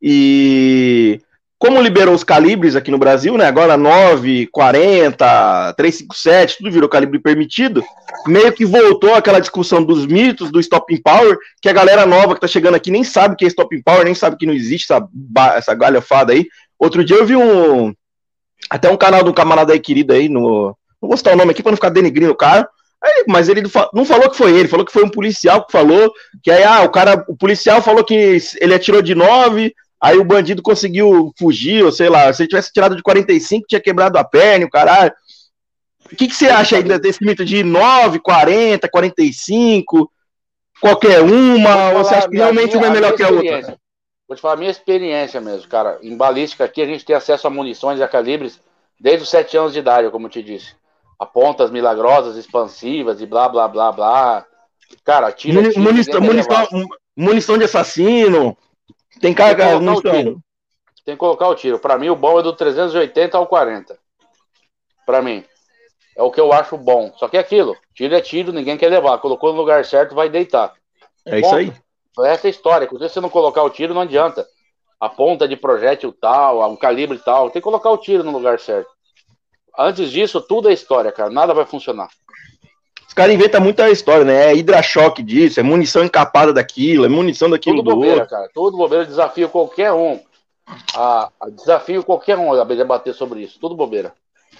E como liberou os calibres aqui no Brasil, né? Agora nove, quarenta, trezentos e cinquenta e sete, tudo virou calibre permitido. Meio que voltou aquela discussão dos mitos do Stopping Power, que a galera nova que tá chegando aqui nem sabe o que é Stopping Power, nem sabe que não existe essa, essa galhofada aí. Outro dia eu vi um... Até um canal de um camarada aí querido aí, no, não vou citar o nome aqui pra não ficar denigrindo o cara, aí, mas ele não falou que foi ele, falou que foi um policial que falou, que aí, ah, o cara, o policial falou que ele atirou de nove, aí o bandido conseguiu fugir, ou sei lá, se ele tivesse tirado de quarenta e cinco, tinha quebrado a perna, o caralho. O que, que você acha ainda desse mito de nove, quarenta, quarenta e cinco, qualquer uma, ou você acha que realmente uma é melhor que a outra? Vou te falar a minha experiência mesmo, cara. Em balística aqui a gente tem acesso a munições e a calibres desde os sete anos de idade, como eu te disse. A pontas milagrosas, expansivas e blá, blá, blá, blá. Cara, tira... Muni, tira munição, munição, munição de assassino. Tem carga... Tem que, tem que colocar o tiro. Pra mim o bom é do trezentos e oitenta ao quarenta. Pra mim. É o que eu acho bom. Só que é aquilo. Tiro é tiro, ninguém quer levar. Colocou no lugar certo, vai deitar. É isso aí. Essa é a história. Se você não colocar o tiro, não adianta. A ponta de projétil tal, um calibre tal, tem que colocar o tiro no lugar certo. Antes disso, tudo é história, cara. Nada vai funcionar. Os caras inventam muita história, né? É hidra-choque disso, é munição encapada daquilo, é munição daquilo tudo do bobeira, outro. Cara. Tudo bobeira. Desafio qualquer um. A, a desafio qualquer um a debater sobre isso. Tudo bobeira.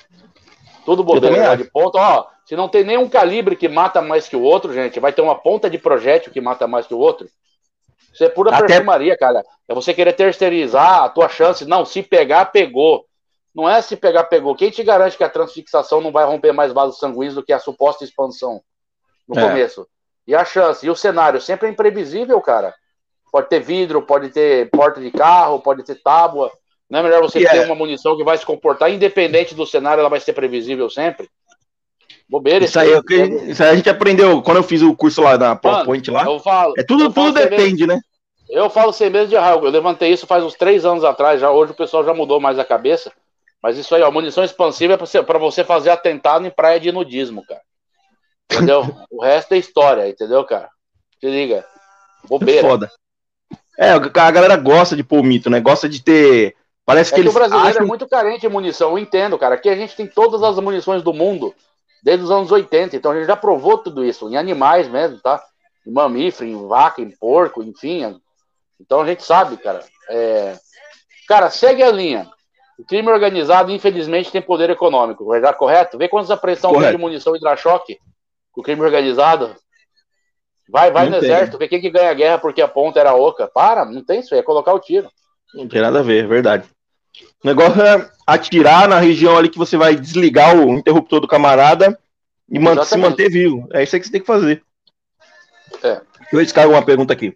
Tudo bobeira. De ponta, ó. Se não tem nenhum calibre que mata mais que o outro, gente, vai ter uma ponta de projétil que mata mais que o outro. Isso é pura Até... perfumaria, cara. É você querer terceirizar a tua chance. Não, se pegar, pegou. Não é se pegar, pegou. Quem te garante que a transfixação não vai romper mais vasos sanguíneos do que a suposta expansão no é. começo? E a chance? E o cenário? Sempre é imprevisível, cara. Pode ter vidro, pode ter porta de carro, pode ter tábua. Não é melhor você yeah. ter uma munição que vai se comportar independente do cenário, ela vai ser previsível sempre? Bobeira. Isso aí, que, isso aí a gente aprendeu quando eu fiz o curso lá da ProPoint lá. Eu falo, é tudo, tudo depende, medo, né? Eu falo sem medo de errar. Eu levantei isso faz uns três anos atrás. Já, hoje o pessoal já mudou mais a cabeça. Mas isso aí, ó, munição expansiva é pra você, pra você fazer atentado em praia de nudismo, cara. Entendeu? O resto é história, entendeu, cara? Se liga. Bobeira. Foda. É, a galera gosta de pôr mito, né? Gosta de ter... Parece é que, que eles o brasileiro acham... é muito carente de munição, eu entendo, cara. Aqui a gente tem todas as munições do mundo, desde os anos oitenta, então a gente já provou tudo isso, em animais mesmo, tá? Em mamífero, em vaca, em porco, enfim. Então a gente sabe, cara. É... Cara, segue a linha. O crime organizado, infelizmente, tem poder econômico, verdade? Correto? Vê quantas apreensão tem de munição hidra-choque com o crime organizado. Vai, vai no tem. exército, vê quem que ganha a guerra porque a ponta era oca. Para, não tem isso aí, é colocar o tiro. Não tem nada a ver, é verdade. O negócio é atirar na região ali que você vai desligar o interruptor do camarada e man- se manter vivo. É isso aí que você tem que fazer. É. Deixa eu descarregar uma pergunta aqui.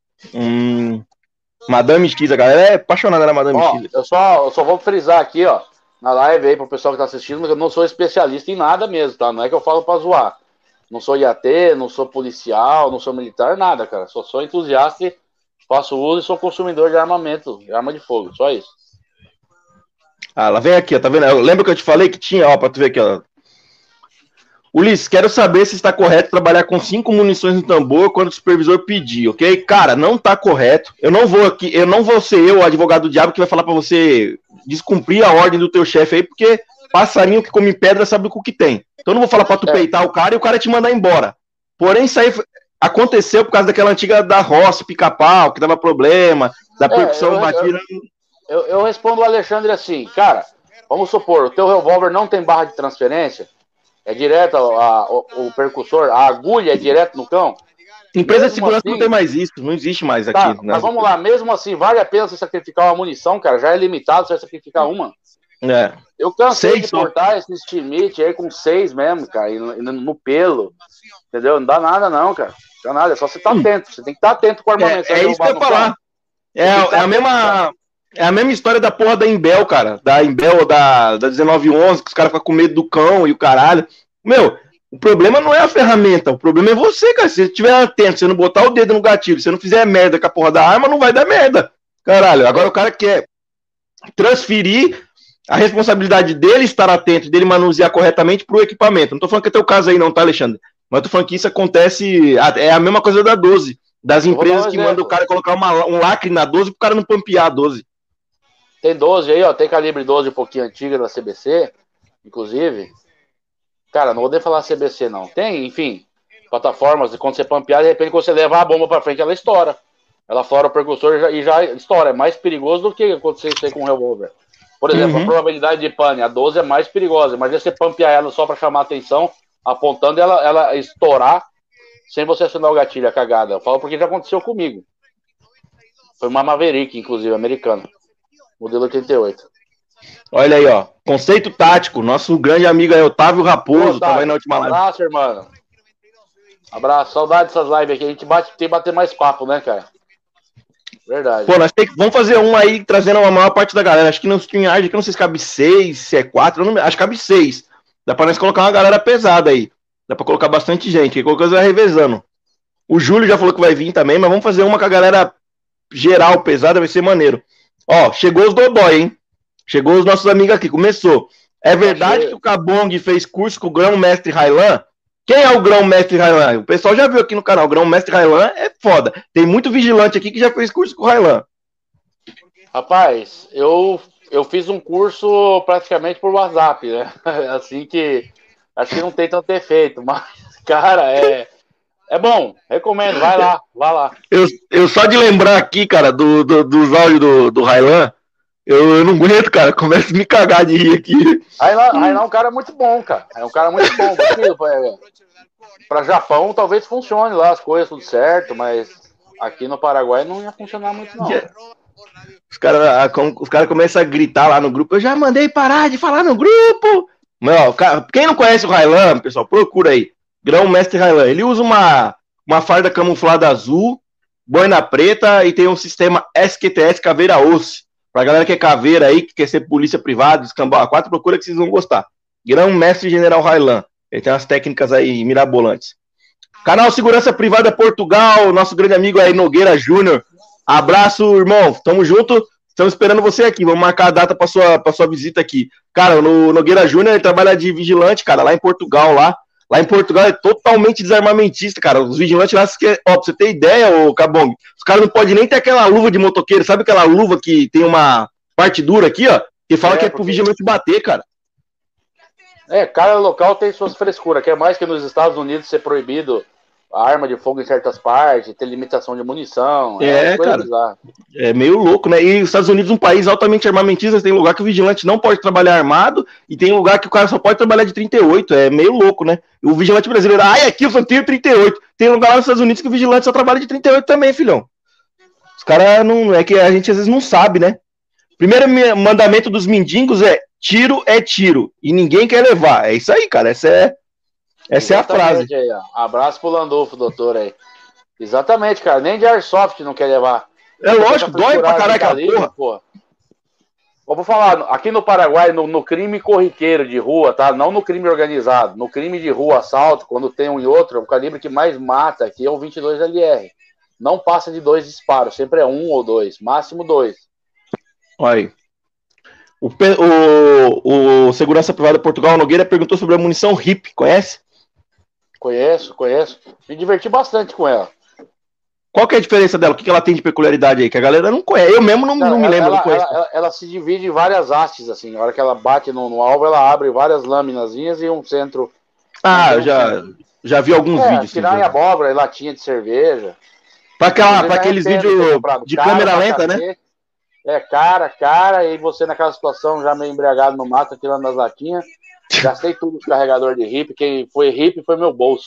Hum, Madame X, a galera é apaixonada na Madame ó, X. Eu só, eu só vou frisar aqui, ó, na live aí pro pessoal que tá assistindo, que eu não sou especialista em nada mesmo, tá? Não é que eu falo pra zoar. Não sou I A T, não sou policial, não sou militar, nada, cara. Só sou entusiasta e faço uso e sou consumidor de armamento, de arma de fogo, só isso. Ah, ela vem aqui, ó, tá vendo? Lembra que eu te falei que tinha, ó, pra tu ver aqui, ó. Ulisses, quero saber se está correto trabalhar com cinco munições no tambor quando o supervisor pedir, ok? Cara, não está correto. Eu não vou aqui, eu não vou ser eu, o advogado do diabo, que vai falar para você descumprir a ordem do teu chefe aí, porque passarinho que come pedra sabe o que tem. Então eu não vou falar para tu É. peitar o cara e o cara te mandar embora. Porém, isso aí foi- aconteceu por causa daquela antiga da roça, pica-pau, que dava problema, da percussão eu- batida. Eu, eu respondo o Alexandre assim, cara, vamos supor, o teu revólver não tem barra de transferência, é direto a, a- o, o percussor, a agulha é direto no cão. Empresa de Mesmo segurança assim- não tem mais isso, não existe mais Tá, aqui. né? mas vamos lá, mesmo assim, vale a pena você sacrificar uma munição, cara, já é limitado, você vai sacrificar uma. É. Eu cansei Seis de só. portar esses Timite aí com seis mesmo, cara, e no, no pelo, entendeu? Não dá nada não, cara, não dá nada, é só você estar atento, você tem que estar atento com o armamento. É, você é vai isso que eu ia derrubar no falar. carro. É, Tem que tá é a mesma. É a mesma história da porra da Imbel, cara. Da Imbel da, da dezenove onze, que os caras ficam com medo do cão e o caralho. Meu, o problema não é a ferramenta, o problema é você, cara. Se você estiver atento, se você não botar o dedo no gatilho, se você não fizer merda com a porra da arma, não vai dar merda. Caralho, agora o cara quer transferir a responsabilidade dele estar atento, dele manusear corretamente pro equipamento. Não tô falando que é teu caso aí não, tá, Alexandre? Mas eu tô falando que isso acontece, é a mesma coisa da doze. Das Eu vou dar empresas um que exemplo. mandam o cara colocar uma, um lacre na doze pro cara não pampear a doze. Tem doze aí, ó, tem calibre doze um pouquinho antiga da C B C, inclusive. Cara, não vou nem falar C B C não. Tem, enfim, plataformas, quando você pampear, de repente quando você levar a bomba pra frente, ela estoura. Ela fora o percussor e já, e já estoura. É mais perigoso do que acontecer isso aí com um revólver. Por exemplo, Uhum. a probabilidade de pane, a doze é mais perigosa. Mas você pampear ela só pra chamar atenção, apontando ela, ela estourar, sem você acionar o gatilho, a cagada. Eu falo porque já aconteceu comigo. Foi uma Maverick, inclusive, americana. Modelo oitenta e oito. Olha aí, ó. Conceito tático. Nosso grande amigo aí, Otávio Raposo, Ô, tava aí Otávio, na última live. Abraço, irmão. Abraço. Saudade dessas lives aqui. A gente bate, tem que bater mais papo, né, cara? Verdade. Pô, nós tem que, vamos fazer um aí trazendo a maior parte da galera. Acho que no StreamYard aqui, não sei se cabe seis, se é quatro, eu não, acho que cabe seis. Dá pra nós colocar uma galera pesada aí. Dá pra colocar bastante gente. Qualquer coisa vai revezando. O Júlio já falou que vai vir também, mas vamos fazer uma com a galera geral, pesada, vai ser maneiro. Ó, chegou os Dodói, hein? Chegou os nossos amigos aqui, começou. É verdade Achei. que o Cabong fez curso com o Grão-Mestre Railan? Quem é o Grão-Mestre Railan? O pessoal já viu aqui no canal, o Grão-Mestre Railan é foda. Tem muito vigilante aqui que já fez curso com o Railan. Rapaz, eu, eu fiz um curso praticamente por WhatsApp, né? Assim que acho que não tem tanto efeito, mas, cara, é, é bom. Recomendo, vai lá, vai lá. Eu, eu só de lembrar aqui, cara, do, do, dos áudios do, do Railan, eu, eu não aguento, cara. Começo a me cagar de rir aqui. Railan, Railan é um cara muito bom, cara. É um cara muito bom. Para Japão talvez funcione lá as coisas tudo certo, mas aqui no Paraguai não ia funcionar muito não. Os caras os cara começam a gritar lá no grupo. Eu já mandei parar de falar no grupo. Mas, ó, cara, quem não conhece o Railan, pessoal, procura aí. Grão-Mestre Railan. Ele usa uma, uma farda camuflada azul, boina preta e tem um sistema S Q T S Caveira Osso. Pra galera que é caveira aí, que quer ser polícia privada, escambau A quatro, procura que vocês vão gostar. Grão-Mestre General Railan. Ele tem umas técnicas aí mirabolantes. Canal Segurança Privada Portugal, nosso grande amigo aí, Nogueira Júnior. Abraço, irmão. Tamo junto. Estamos esperando você aqui. Vamos marcar a data para sua, pra sua visita aqui. Cara, no Nogueira Júnior, ele trabalha de vigilante, cara, lá em Portugal, lá. Lá em Portugal é totalmente desarmamentista, cara. Os vigilantes lá, ó, pra você ter ideia, ô Cabong, os caras não podem nem ter aquela luva de motoqueiro. Sabe aquela luva que tem uma parte dura aqui, ó? Que fala É, que é pro porque- vigilante bater, cara. É, cada local tem suas frescuras, que é mais que nos Estados Unidos ser proibido a arma de fogo em certas partes, ter limitação de munição. É, coisa cara. bizarra. É meio louco, né? E os Estados Unidos, um país altamente armamentista, tem lugar que o vigilante não pode trabalhar armado e tem lugar que o cara só pode trabalhar de trinta e oito. É meio louco, né? E o vigilante brasileiro, ai, aqui eu só tenho trinta e oito. Tem lugar lá nos Estados Unidos que o vigilante só trabalha de trinta e oito também, filhão. Os caras não. É que a gente às vezes não sabe, né? Primeiro mandamento dos mendigos é tiro é tiro e ninguém quer levar. É isso aí, cara. Essa é, essa é a frase. Exatamente aí, ó. Abraço pro Landolfo, doutor aí. Exatamente, cara. Nem de airsoft não quer levar. É lógico, dói pra caraca a porra. porra. Eu vou falar, aqui no Paraguai, no, no crime corriqueiro de rua, tá? Não no crime organizado. No crime de rua, assalto, quando tem um e outro, o calibre que mais mata aqui é o vinte e dois L R. Não passa de dois disparos, sempre é um ou dois, máximo dois. Olha aí. O, o, o Segurança Privada Portugal Nogueira perguntou sobre a munição R I P, conhece? Conheço, conheço. Me diverti bastante com ela. Qual que é a diferença dela? O que ela tem de peculiaridade aí? Que a galera não conhece. Eu mesmo não, Cara, não me ela, lembro. ela, não conheço. ela, ela, ela se divide em várias hastes, assim. Na hora que ela bate no, no alvo, ela abre várias lâminazinhas e um centro. Ah, um eu já, centro. já vi alguns É, vídeos. tirar em abóbora e latinha de cerveja. Pra, aquela, pra aqueles vídeos de cara câmera lenta, né? É, cara, cara, e você naquela situação já meio embriagado no mato, tirando as latinhas. Gastei tudo os carregador de hip. Quem foi hip foi meu bolso.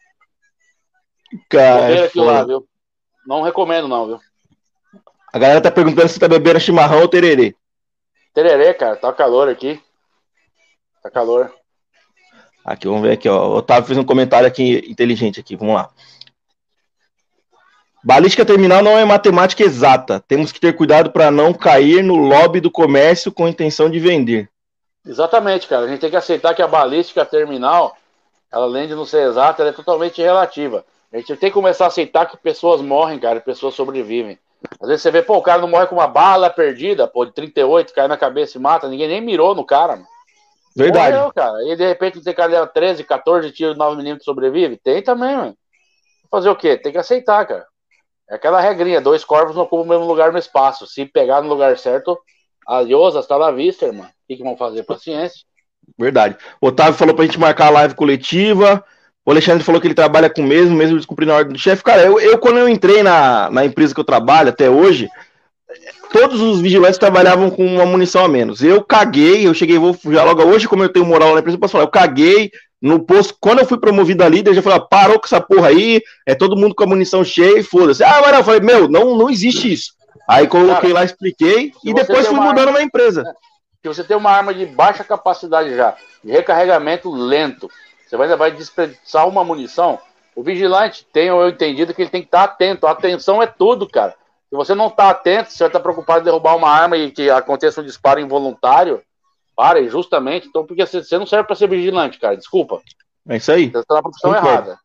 Cara, Bobeira é aquilo lá, foda. viu? Não recomendo, não, viu? A galera tá perguntando se tá bebendo chimarrão ou tererê. Tererê, cara, tá calor aqui. Tá calor. Aqui, vamos ver aqui, ó. O Otávio fez um comentário aqui inteligente aqui, vamos lá. Balística terminal não é matemática exata. Temos que ter cuidado para não cair no lobby do comércio com intenção de vender. Exatamente, cara. A gente tem que aceitar que a balística terminal, ela, além de não ser exata, ela é totalmente relativa. A gente tem que começar a aceitar que pessoas morrem, cara, e pessoas sobrevivem. Às vezes você vê, pô, o cara não morre com uma bala perdida, pô, de trinta e oito, cai na cabeça e mata, ninguém nem mirou no cara, mano. Verdade. Morreu, cara. E de repente tem cara que leva treze, catorze tiros de nove milímetros sobrevive? Tem também, mano. Fazer o quê? Tem que aceitar, cara. É aquela regrinha, dois corvos não ocupam o mesmo lugar no espaço. Se pegar no lugar certo, adiós, hasta la vista, irmão. O que, que vão fazer? Paciência. Verdade. O Otávio falou pra gente marcar a live coletiva. O Alexandre falou que ele trabalha com o mesmo, mesmo descumprindo a ordem do chefe. Cara, eu, eu quando eu entrei na, na empresa que eu trabalho até hoje, todos os vigilantes trabalhavam com uma munição a menos. Eu caguei, eu cheguei, vou já logo hoje, como eu tenho moral na empresa, eu posso falar, eu caguei no posto. Quando eu fui promovido a líder, eu já falei, parou com essa porra aí, é todo mundo com a munição cheia e foda-se. Ah, mas não, eu falei, meu, não, não existe isso. Aí coloquei lá, expliquei e depois fui mudando na empresa. Se você tem uma arma de baixa capacidade já, de recarregamento lento, você vai, vai desperdiçar uma munição, o vigilante tem o entendido que ele tem que estar atento. A atenção é tudo, cara. Se você não está atento, se você está preocupado em derrubar uma arma e que aconteça um disparo involuntário, pare, justamente. Então, porque você não serve para ser vigilante, cara. Desculpa. É isso aí. Você está na profissão Concordo. errada.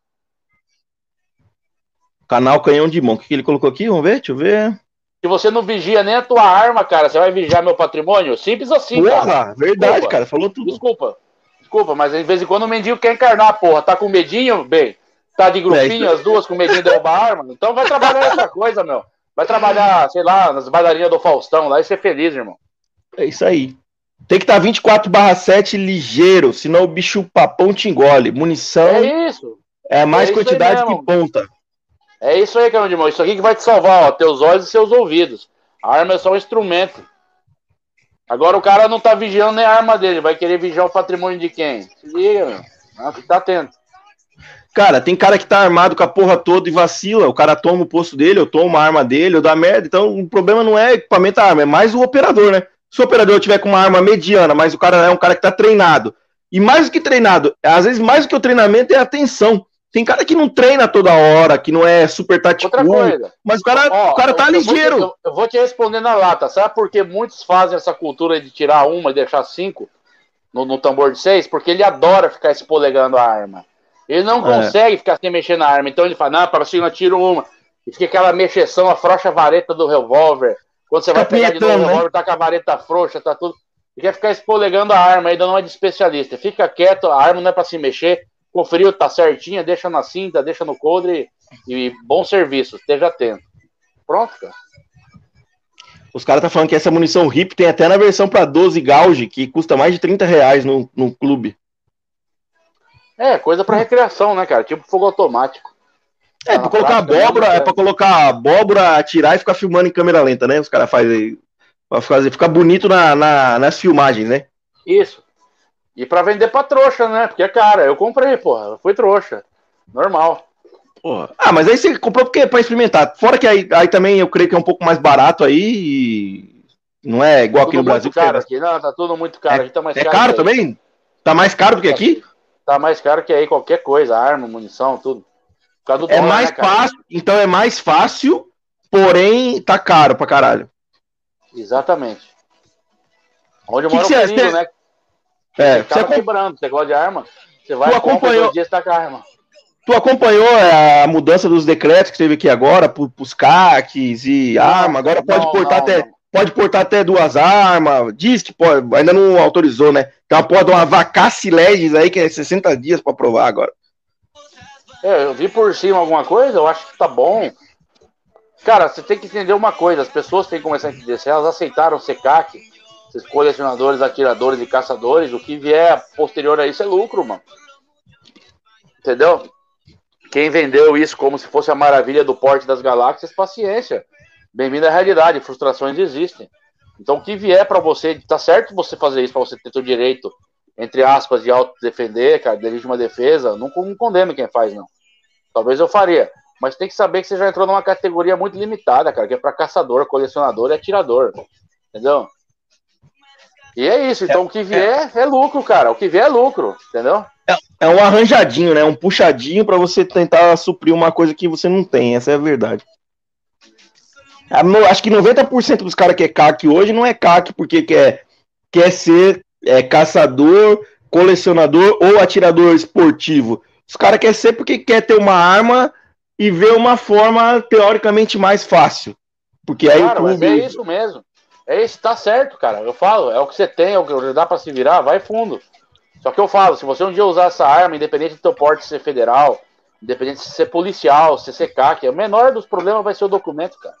Canal Canhão de Mão. O que ele colocou aqui? Vamos ver? Deixa eu ver. Se você não vigia nem a tua arma, cara, você vai vigiar meu patrimônio? Simples assim, porra, cara. Verdade, Desculpa. cara. Falou tudo. Desculpa. Desculpa, mas de vez em quando o mendigo quer encarnar, porra. Tá com medinho, bem? Tá de grupinho, é as duas com medinho de derrubar a arma? Então vai trabalhar essa coisa, meu. Vai trabalhar, sei lá, nas bailarinas do Faustão lá e ser feliz, irmão. É isso aí. Tem que estar vinte e quatro barra sete ligeiro, senão o bicho papão te engole. Munição É isso. é mais É isso quantidade aí mesmo. que ponta. É isso aí, cara, irmão. Isso aqui que vai te salvar, ó, teus olhos e seus ouvidos. A arma é só um instrumento. Agora o cara não tá vigiando nem a arma dele, vai querer vigiar o patrimônio de quem? Se liga, meu. Ah, tá atento. Cara, tem cara que tá armado com a porra toda e vacila. O cara toma o posto dele, eu tomo a arma dele, eu dá merda. Então o problema não é equipamento da arma, é mais o operador, né? Se o operador tiver com uma arma mediana, mas o cara é um cara que tá treinado. E mais do que treinado, às vezes mais do que o treinamento é a atenção. Tem cara que não treina toda hora, que não é super tático, mas o cara, Ó, o cara tá eu, ligeiro. Eu vou, te, eu, eu vou te responder na lata. Sabe por que muitos fazem essa cultura de tirar uma e deixar cinco no, no tambor de seis? Porque ele adora ficar espolegando a arma. Ele não é. consegue ficar sem mexer na arma. Então ele fala, não, para cima eu tiro uma. E fica aquela mexeção, afrouxa a vareta do revólver. Quando você vai pegar de novo o revólver, tá com a vareta frouxa, tá tudo. E quer ficar espolegando a arma, ainda não é de especialista. Fica quieto, a arma não é para se mexer. Conferiu, tá certinha, deixa na cinta, deixa no coldre e bom serviço, esteja atento. Pronto, cara. Os caras tá falando que essa munição R I P tem até na versão para doze gauge, que custa mais de trinta reais no, no clube. É, coisa para recreação, né, cara? Tipo fogo automático. É, pra colocar abóbora, é pra colocar abóbora, atirar e ficar filmando em câmera lenta, né? Os caras fazem aí. Pra fazer, ficar bonito na, na, nas filmagens, né? Isso. E pra vender pra trouxa, né? Porque é cara. Eu comprei, porra. Foi trouxa. Normal. Porra. Ah, mas aí você comprou porque é pra experimentar. Fora que aí, aí também eu creio que é um pouco mais barato aí e não é igual tá aqui no Brasil. Muito caro aqui. Não, tá tudo muito caro. É, aqui tá mais é caro, caro também? Tá mais caro do que aqui? Tá mais caro que aí qualquer coisa. Arma, munição, tudo. É dólar, mais né, fácil, então é mais fácil, porém tá caro pra caralho. Exatamente. Onde eu que moro que é o você, perigo, né? É, você acaba quebrando, você gosta de arma, você vai tu e compra acompanhou... dois dias tá com a arma. Tu acompanhou a mudança dos decretos que teve aqui agora, pros C A Cs e não, arma, agora não, pode portar não, até... Não. Pode portar até duas armas, diz que pode, ainda não autorizou, né? Então pode uma vacasse legis aí, que é sessenta dias pra provar agora. É, eu vi por cima alguma coisa, eu acho que tá bom. Cara, você tem que entender uma coisa, as pessoas têm que começar a entender, se elas aceitaram ser C A C, esses colecionadores, atiradores e caçadores, o que vier posterior a isso é lucro, mano. Entendeu? Quem vendeu isso como se fosse a maravilha do porte das galáxias, paciência. Bem-vindo à realidade, frustrações existem. Então, o que vier pra você, tá certo você fazer isso pra você ter seu direito, entre aspas, de autodefender, cara, de legítima defesa, não, não condeno quem faz, não. Talvez eu faria. Mas tem que saber que você já entrou numa categoria muito limitada, cara, que é pra caçador, colecionador e atirador. Entendeu? E é isso. Então, é, o que vier é, é lucro, cara. O que vier é lucro. Entendeu? É, é um arranjadinho, né? Um puxadinho pra você tentar suprir uma coisa que você não tem. Essa é a verdade. Acho que noventa por cento dos caras que é C A C hoje não é C A C porque quer, quer ser é, caçador, colecionador ou atirador esportivo. Os caras querem ser porque quer ter uma arma e ver uma forma teoricamente mais fácil. Porque aí cara, o clube... é isso mesmo. É isso, tá certo, cara. Eu falo, é o que você tem, é o que dá pra se virar, vai fundo. Só que eu falo, se você um dia usar essa arma, independente do teu porte ser federal, independente de ser policial, se ser C A C, o menor dos problemas vai ser o documento, cara.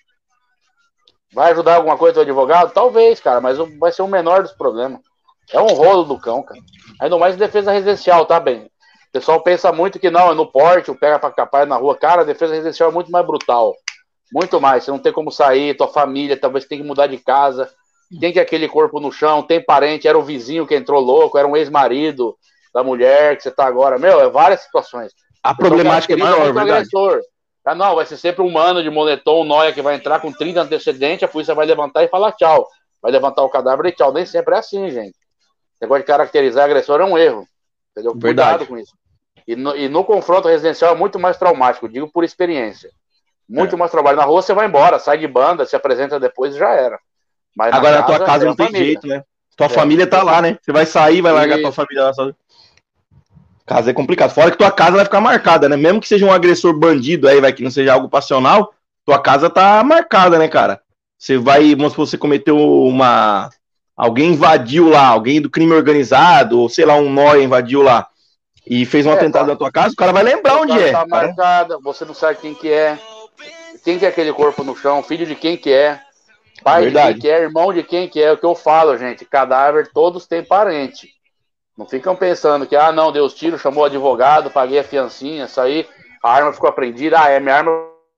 Vai ajudar alguma coisa o advogado? Talvez, cara, mas vai ser o menor dos problemas. É um rolo do cão, cara. Ainda mais em defesa residencial, tá, bem? O pessoal pensa muito que não, é no porte, o pega pra capar na rua. Cara, a defesa residencial é muito mais brutal. Muito mais. Você não tem como sair, tua família talvez tem que mudar de casa. Tem que aquele corpo no chão, tem parente, era o vizinho que entrou louco, era um ex-marido da mulher que você tá agora. Meu, é várias situações. A problemática é maior, verdade. Agressor. Ah, não, vai ser sempre um mano de moletom, um nóia que vai entrar com trinta antecedentes, a polícia vai levantar e falar tchau. Vai levantar o cadáver e tchau. Nem sempre é assim, gente. O negócio de caracterizar agressor é um erro. Entendeu? Verdade. Cuidado com isso. E no, e no confronto residencial é muito mais traumático, digo por experiência. Muito é. mais trabalho. Na rua você vai embora, sai de banda, se apresenta depois e já era. Mas agora na casa, tua casa não tem família. Jeito, né? Tua é. família tá lá, né? Você vai sair, vai largar e... tua família lá só. Casa é complicado. Fora que tua casa vai ficar marcada, né? Mesmo que seja um agressor bandido aí, vai que não seja algo passional, tua casa tá marcada, né, cara? Você vai, vamos supor, você cometeu uma... Alguém invadiu lá, alguém do crime organizado, ou sei lá, um nóia invadiu lá e fez um é, atentado tá. na tua casa, o cara vai lembrar onde é. Tá marcada, você não sabe quem que é, quem que é aquele corpo no chão, filho de quem que é, pai Verdade. de quem que é, irmão de quem que é, é o que eu falo, gente, cadáver todos têm parente. Não ficam pensando que, ah, não, deu os tiros, chamou o advogado, paguei a fiancinha, saí, a arma ficou apreendida, ah, é minha arma.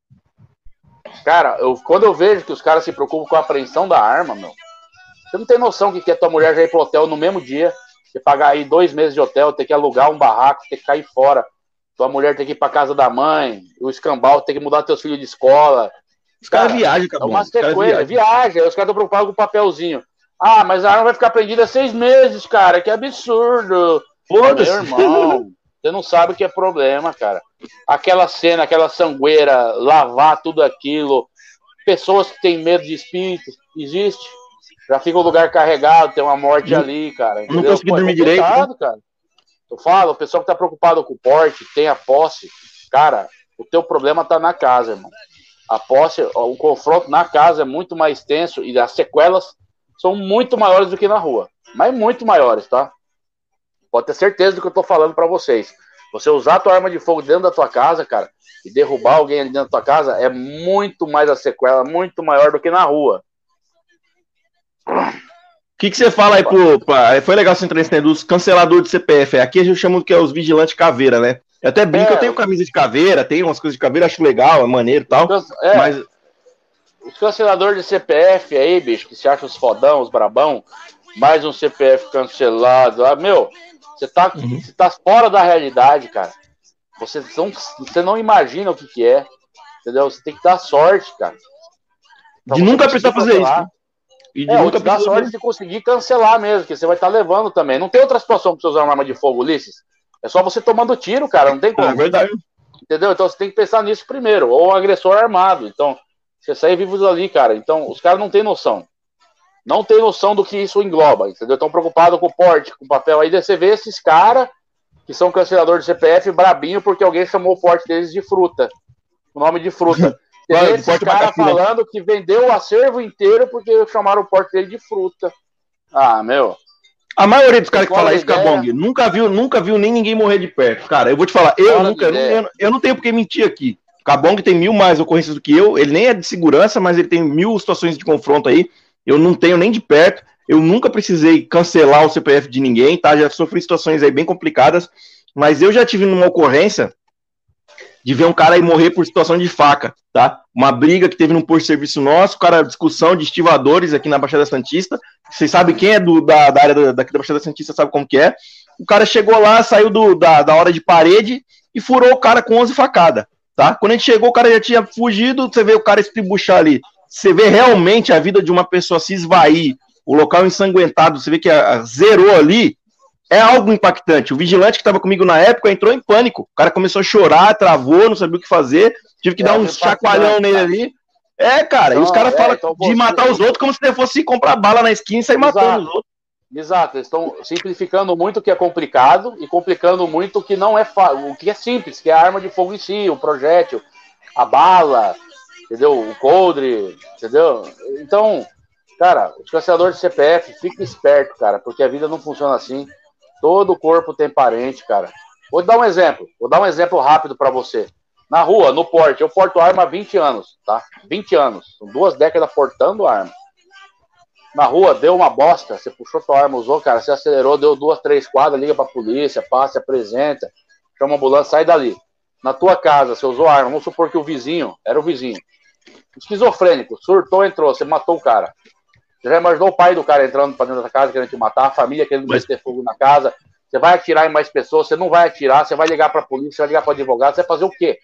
Cara, eu, quando eu vejo que os caras se preocupam com a apreensão da arma, meu, você não tem noção que, que a tua mulher já ir pro hotel no mesmo dia, você pagar aí dois meses de hotel, ter que alugar um barraco, ter que cair fora, tua mulher ter que ir pra casa da mãe, o escambau, ter que mudar teus filhos de escola. Os caras cara, viajam, cara. É uma sequência, viaja, os caras estão preocupados com o papelzinho. Ah, mas a arma vai ficar prendida seis meses, cara, que absurdo. Foda-se. Meu irmão, você não sabe o que é problema, cara. Aquela cena, aquela sangueira, lavar tudo aquilo, pessoas que têm medo de espíritos, existe. Já fica um lugar carregado, tem uma morte não, ali, cara. Entendeu? Não consegui dormir direito. Né? Cara. Eu falo, o pessoal que tá preocupado com o porte, tem a posse, cara, o teu problema tá na casa, irmão. A posse, o confronto na casa é muito mais tenso e as sequelas são muito maiores do que na rua. Mas muito maiores, tá? Pode ter certeza do que eu tô falando pra vocês. Você usar a tua arma de fogo dentro da tua casa, cara, e derrubar alguém ali dentro da tua casa, é muito mais a sequela, muito maior do que na rua. O que, que você fala aí pro... Pra, foi legal você entrar nesse dos canceladores de C P F. Aqui a gente chama que é os vigilantes caveira, né? Eu até brinco, é, eu tenho camisa de caveira, tenho umas coisas de caveira, acho legal, é maneiro e tal. É, mas... Os canceladores de C P F aí, bicho, que se acham os fodão, os brabão, mais um C P F cancelado. Ah, meu, você tá, uhum. você tá fora da realidade, cara. Você não, você não imagina o que que é, entendeu? Você tem que dar sorte, cara. De nunca precisar fazer isso. Né? E de é, nunca dar sorte mesmo. De conseguir cancelar mesmo, que você vai estar tá levando também. Não tem outra situação pra você usar uma arma de fogo, Ulisses. É só você tomando tiro, cara, não tem como. É verdade. Entendeu? Então você tem que pensar nisso primeiro. Ou o agressor armado. Então, você sair vivo dali, cara. Então, os caras não têm noção. Não tem noção do que isso engloba, entendeu? Estão preocupados com o porte, com o papel. Aí você vê esses caras que são canceladores de C P F brabinho porque alguém chamou o porte deles de fruta. O nome de fruta. Tem claro, esse cara falando que vendeu o acervo inteiro porque chamaram o porte dele de fruta. Ah, meu. A maioria dos caras que falam isso, Cabong, nunca viu, nunca viu nem ninguém morrer de perto. Cara, eu vou te falar, eu nunca, eu não, eu, eu não tenho por que mentir aqui. Cabong tem mil mais ocorrências do que eu, ele nem é de segurança, mas ele tem mil situações de confronto aí. Eu não tenho nem de perto, eu nunca precisei cancelar o C P F de ninguém, tá? Já sofri situações aí bem complicadas, mas eu já tive numa ocorrência de ver um cara aí morrer por situação de faca, tá? Uma briga que teve num posto de serviço nosso, cara, discussão de estivadores aqui na Baixada Santista. Vocês sabem quem é do, da, da área da, daqui da Baixada Santista, sabe como que é. O cara chegou lá, saiu do, da, da hora de parede e furou o cara com onze facadas, tá? Quando a gente chegou, o cara já tinha fugido, você vê o cara estribuchar ali. Você vê realmente a vida de uma pessoa se esvair, o local ensanguentado, você vê que a, a zerou ali, é algo impactante. O vigilante que estava comigo na época entrou em pânico. O cara começou a chorar, travou, não sabia o que fazer. Tive que é, dar um chacoalhão nele ali. É, cara, então, e os caras é, falam então de matar os outros como se fosse comprar bala na esquina e sair Exato. matando os outros. Exato, eles estão simplificando muito o que é complicado e complicando muito o que não é fa... o que é simples, que é a arma de fogo em si, o projétil, a bala, entendeu? O coldre, entendeu? Então, cara, os canceladores de C P F, fica esperto, cara, porque a vida não funciona assim. Todo corpo tem parente, cara. Vou te dar um exemplo. Vou dar um exemplo rápido pra você. Na rua, no porte, eu porto arma há vinte anos, tá? vinte anos. São duas décadas portando arma. Na rua, deu uma bosta, você puxou tua arma, usou, cara, você acelerou, deu duas, três quadras, liga pra polícia, passa, apresenta, chama a ambulância, sai dali. Na tua casa, você usou arma, vamos supor que o vizinho, era o vizinho. Esquizofrênico, surtou, entrou, você matou o cara. Você já imaginou o pai do cara entrando pra dentro da casa querendo te matar, a família querendo Mas... meter fogo na casa, você vai atirar em mais pessoas, você não vai atirar, você vai ligar pra polícia, você vai ligar pra advogado, você vai fazer o quê?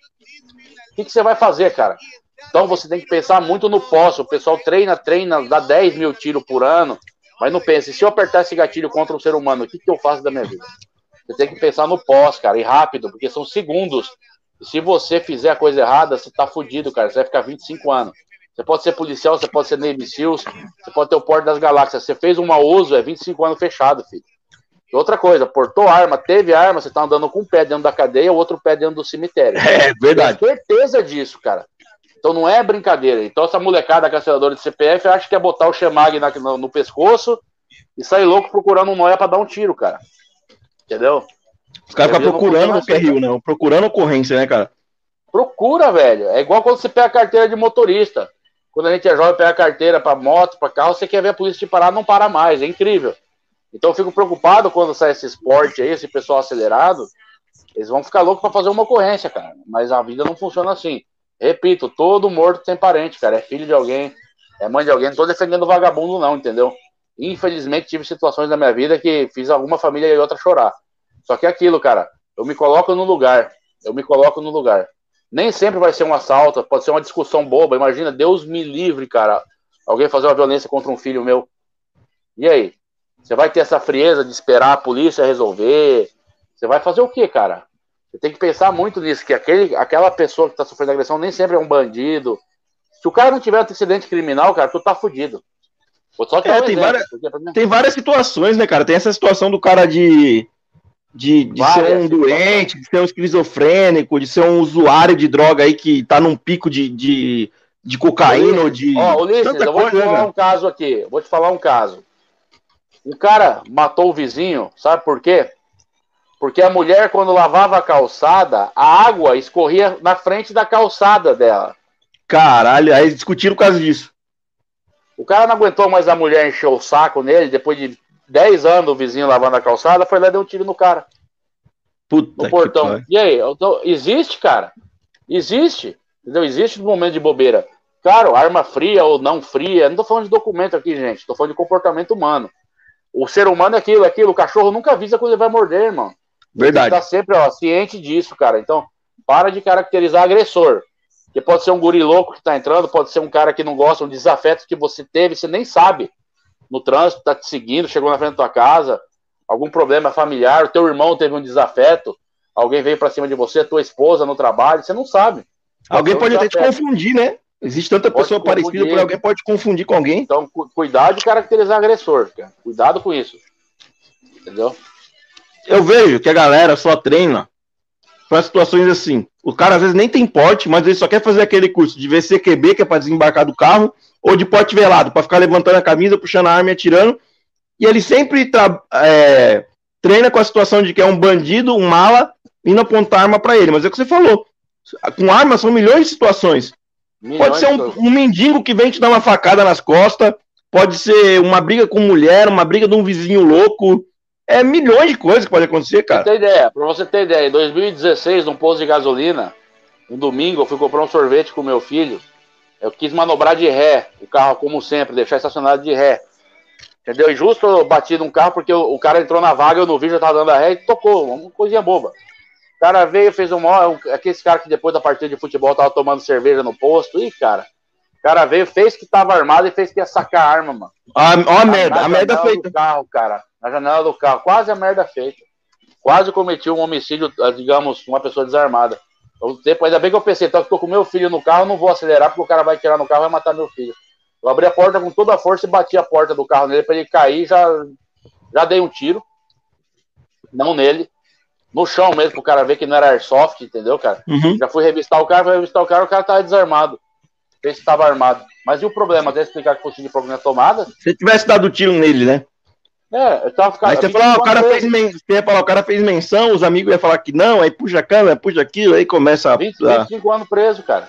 O que, que você vai fazer, cara? Então você tem que pensar muito no pós, o pessoal treina, treina, dá dez mil tiros por ano, mas não pensa, se eu apertar esse gatilho contra um ser humano, o que, que eu faço da minha vida? Você tem que pensar no pós, cara, e rápido, porque são segundos, e se você fizer a coisa errada, você tá fudido, cara, você vai ficar vinte e cinco anos. Você pode ser policial, você pode ser Navy Seals, você pode ter o porte das galáxias. Você fez uma uso, é vinte e cinco anos fechado, filho. E outra coisa, portou arma, teve arma, você tá andando com um pé dentro da cadeia, o outro pé dentro do cemitério. É verdade. Tenho certeza disso, cara. Então não é brincadeira. Então essa molecada canceladora de C P F acha que é botar o Chemag na, no, no pescoço e sair louco procurando um noia pra dar um tiro, cara. Entendeu? Os caras ficam procurando qualquer rio, não. Procurando ocorrência, né, cara? Procura, velho. É igual quando você pega a carteira de motorista. Quando a gente é jovem, pega a carteira pra moto, pra carro, você quer ver a polícia te parar, não para mais. É incrível. Então eu fico preocupado quando sai esse esporte aí, esse pessoal acelerado. Eles vão ficar loucos pra fazer uma ocorrência, cara. Mas a vida não funciona assim. Repito, todo morto tem parente, cara. É filho de alguém, é mãe de alguém. Não tô defendendo vagabundo, não, entendeu? Infelizmente tive situações na minha vida que fiz alguma família e outra chorar. Só que é aquilo, cara. Eu me coloco no lugar. Eu me coloco no lugar. Nem sempre vai ser um assalto, pode ser uma discussão boba. Imagina, Deus me livre, cara, alguém fazer uma violência contra um filho meu. E aí? Você vai ter essa frieza de esperar a polícia resolver? Você vai fazer o quê, cara? Você tem que pensar muito nisso, que aquele, aquela pessoa que tá sofrendo agressão nem sempre é um bandido. Se o cara não tiver antecedente criminal, cara, tu tá fudido. Só é, um tem, exemplo, várias, porque... tem várias situações, né, cara? Tem essa situação do cara de... De, de ser um doente, de ser um esquizofrênico, de ser um usuário de droga aí que tá num pico de, de, de cocaína ou de... Ó, Ulisses, eu vou te falar um caso aqui, vou te falar um caso. Um cara matou o vizinho, sabe por quê? Porque a mulher, quando lavava a calçada, a água escorria na frente da calçada dela. Caralho, aí discutiram por causa disso. O cara não aguentou mais a mulher encher o saco nele, depois de dez anos o vizinho lavando a calçada, foi lá e deu um tiro no cara. Puta no portão. E aí? Então, existe, cara. Existe. Entendeu? Existe no momento de bobeira. Claro, arma fria ou não fria. Não tô falando de documento aqui, gente. Tô falando de comportamento humano. O ser humano é aquilo, é aquilo. O cachorro nunca avisa quando ele vai morder, irmão. Verdade. Ele tá sempre, ó, ciente disso, cara. Então, para de caracterizar agressor. Que pode ser um guri louco que tá entrando, pode ser um cara que não gosta, um desafeto que você teve, você nem sabe. No trânsito, tá te seguindo, chegou na frente da tua casa, algum problema familiar, o teu irmão teve um desafeto, alguém veio pra cima de você, tua esposa no trabalho, você não sabe. Alguém pode até te confundir, né? Existe tanta pode pessoa parecida, por alguém pode te confundir com alguém. Então, cu cuidado de caracterizar agressor, cara. Cuidado com isso. Entendeu? Eu vejo que a galera só treina para situações assim. O cara às vezes nem tem porte, mas ele só quer fazer aquele curso de V C Q B, que é para desembarcar do carro, ou de porte velado, para ficar levantando a camisa, puxando a arma e atirando. e ele sempre tra- é, treina com a situação de que é um bandido, um mala, indo apontar arma pra ele. Mas é o que você falou, com arma são milhões de situações. Milhões pode ser um, um mendigo que vem te dar uma facada nas costas, pode ser uma briga com mulher, uma briga de um vizinho louco. É milhões de coisas que pode acontecer, cara. Pra você ter ideia, pra você ter ideia, em dois mil e dezesseis, num posto de gasolina, um domingo, eu fui comprar um sorvete com meu filho. Eu quis manobrar de ré, o carro, como sempre, deixar estacionado de ré. Entendeu? E justo eu bati num carro porque o, o cara entrou na vaga, eu não vi, já tava dando a ré e tocou, uma coisinha boba. O cara veio, fez um maior. Aqueles caras que depois da partida de futebol tava tomando cerveja no posto. Ih, cara. O cara veio, fez que tava armado e fez que ia sacar a arma, mano. Ah, ó a merda, a merda feita. Do carro, cara. Na janela do carro. Quase a merda feita. Quase cometi um homicídio, digamos, uma pessoa desarmada. Depois, ainda bem que eu pensei, então que tô com meu filho no carro, eu não vou acelerar porque o cara vai tirar no carro e vai matar meu filho. Eu abri a porta com toda a força e bati a porta do carro nele pra ele cair. Já, já dei um tiro. Não nele. No chão mesmo, pro cara ver que não era airsoft, entendeu, cara? Uhum. Já fui revistar o cara, fui revistar o cara, o cara tava desarmado. Fez que tava armado. Mas e o problema? Até explicar que fosse de problema na tomada. Se tivesse dado tiro nele, né? É, eu tava ficando. Aí você falou, ah, o cara fez men... você ia falar, o cara fez menção, os amigos iam falar que não, aí puxa a câmera, puxa aquilo, aí começa a. vinte, vinte e cinco anos preso, cara.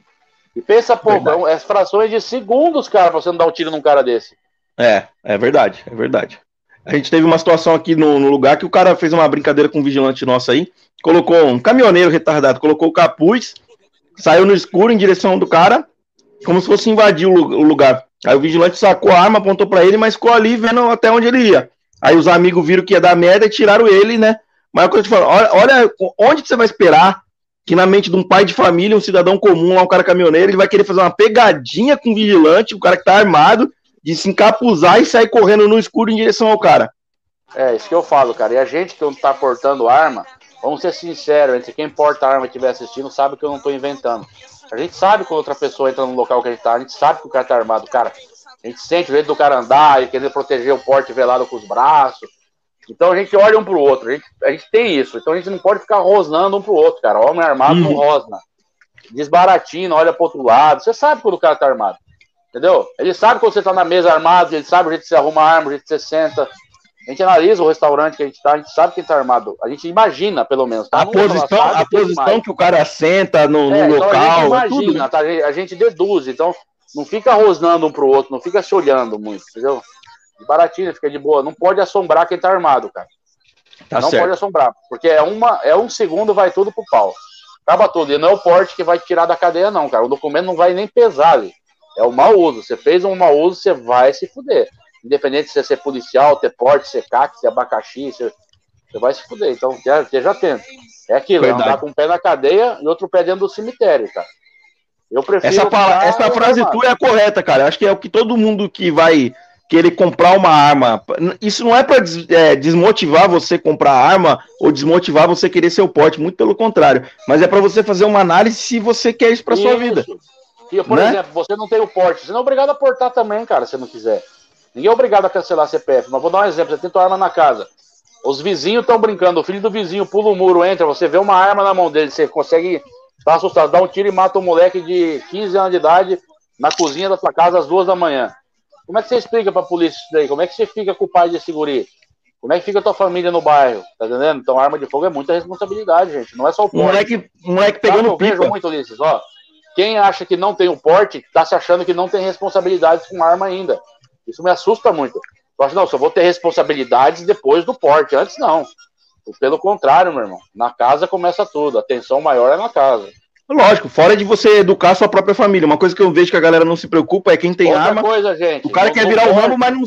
E pensa, pô, é as frações de segundos, cara, pra você não dar um tiro num cara desse. É, é verdade, é verdade. A gente teve uma situação aqui no, no lugar que o cara fez uma brincadeira com um vigilante nosso aí, colocou um caminhoneiro retardado, colocou o capuz, saiu no escuro em direção do cara, como se fosse invadir o, o lugar. Aí o vigilante sacou a arma, apontou pra ele, mas ficou ali vendo até onde ele ia. Aí os amigos viram que ia dar merda e tiraram ele, né? Mas é o que eu te falo, olha, olha onde que você vai esperar que na mente de um pai de família, um cidadão comum, lá um cara caminhoneiro, ele vai querer fazer uma pegadinha com o vigilante, o cara que tá armado, de se encapuzar e sair correndo no escuro em direção ao cara. É, isso que eu falo, cara. E a gente que não tá portando arma, vamos ser sinceros, entre quem porta arma e estiver assistindo, sabe que eu não tô inventando. A gente sabe quando outra pessoa entra no local que a gente tá, a gente sabe que o cara tá armado, cara. A gente sente o jeito do cara andar e querer proteger o porte velado com os braços. Então a gente olha um pro outro, a gente, a gente tem isso. Então a gente não pode ficar rosnando um pro outro, cara. Homem armado Uhum. não rosna. Desbaratina, olha pro outro lado. Você sabe quando o cara tá armado. Entendeu? Ele sabe quando você tá na mesa armado, ele sabe o jeito que você arruma a arma, o jeito que você senta. A gente analisa o restaurante que a gente tá, a gente sabe quem tá armado. A gente imagina, pelo menos. Tá? A posição, a posição que o cara senta no, no é, local. Então a gente é imagina, tudo, né? tá? A gente deduz. Então não fica rosnando um pro outro, não fica se olhando muito, entendeu? Baratinho, fica de boa. Não pode assombrar quem tá armado, cara. Tá não certo. pode assombrar. Porque é, uma, é um segundo, vai tudo pro pau. Acaba tudo. E não é o porte que vai te tirar da cadeia, não, cara. O documento não vai nem pesar ali. É o mau uso. Você fez um mau uso, você vai se fuder. Independente de você ser policial, ter porte, ser C A C, ser abacaxi, você, você vai se fuder. Então, esteja atento. É aquilo, é andar com um pé na cadeia e outro pé dentro do cemitério, cara. Eu prefiro... Essa, fala, essa frase tua é a correta, cara. Eu acho que é o que todo mundo que vai querer comprar uma arma... Isso não é pra des, é, desmotivar você comprar arma ou desmotivar você querer ser o porte. Muito pelo contrário. Mas é pra você fazer uma análise se você quer isso pra isso. sua vida. E, por né? exemplo, você não tem o porte. Você não é obrigado a portar também, cara, se não quiser. Ninguém é obrigado a cancelar C P F. Mas vou dar um exemplo. Você tem tua arma na casa. Os vizinhos estão brincando. O filho do vizinho pula o muro, entra. Você vê uma arma na mão dele. Você consegue... Tá assustado. Dá um tiro e mata um moleque de quinze anos de idade na cozinha da sua casa às duas da manhã. Como é que você explica pra polícia isso daí? Como é que você fica com o pai de segurança? Como é que fica a tua família no bairro? Tá entendendo? Então, arma de fogo é muita responsabilidade, gente. Não é só o porte. Moleque, moleque pegando pipa. Eu vejo muito, Ulisses, ó. Quem acha que não tem o porte, tá se achando que não tem responsabilidades com arma ainda. Isso me assusta muito. Eu acho, não, só vou ter responsabilidades depois do porte. Antes, não. Pelo contrário, meu irmão. Na casa começa tudo. A atenção maior é na casa. Lógico, fora de você educar sua própria família. Uma coisa que eu vejo que a galera não se preocupa é quem tem Outra arma. coisa, gente. O cara no, quer no virar porte, o ramo, mas não...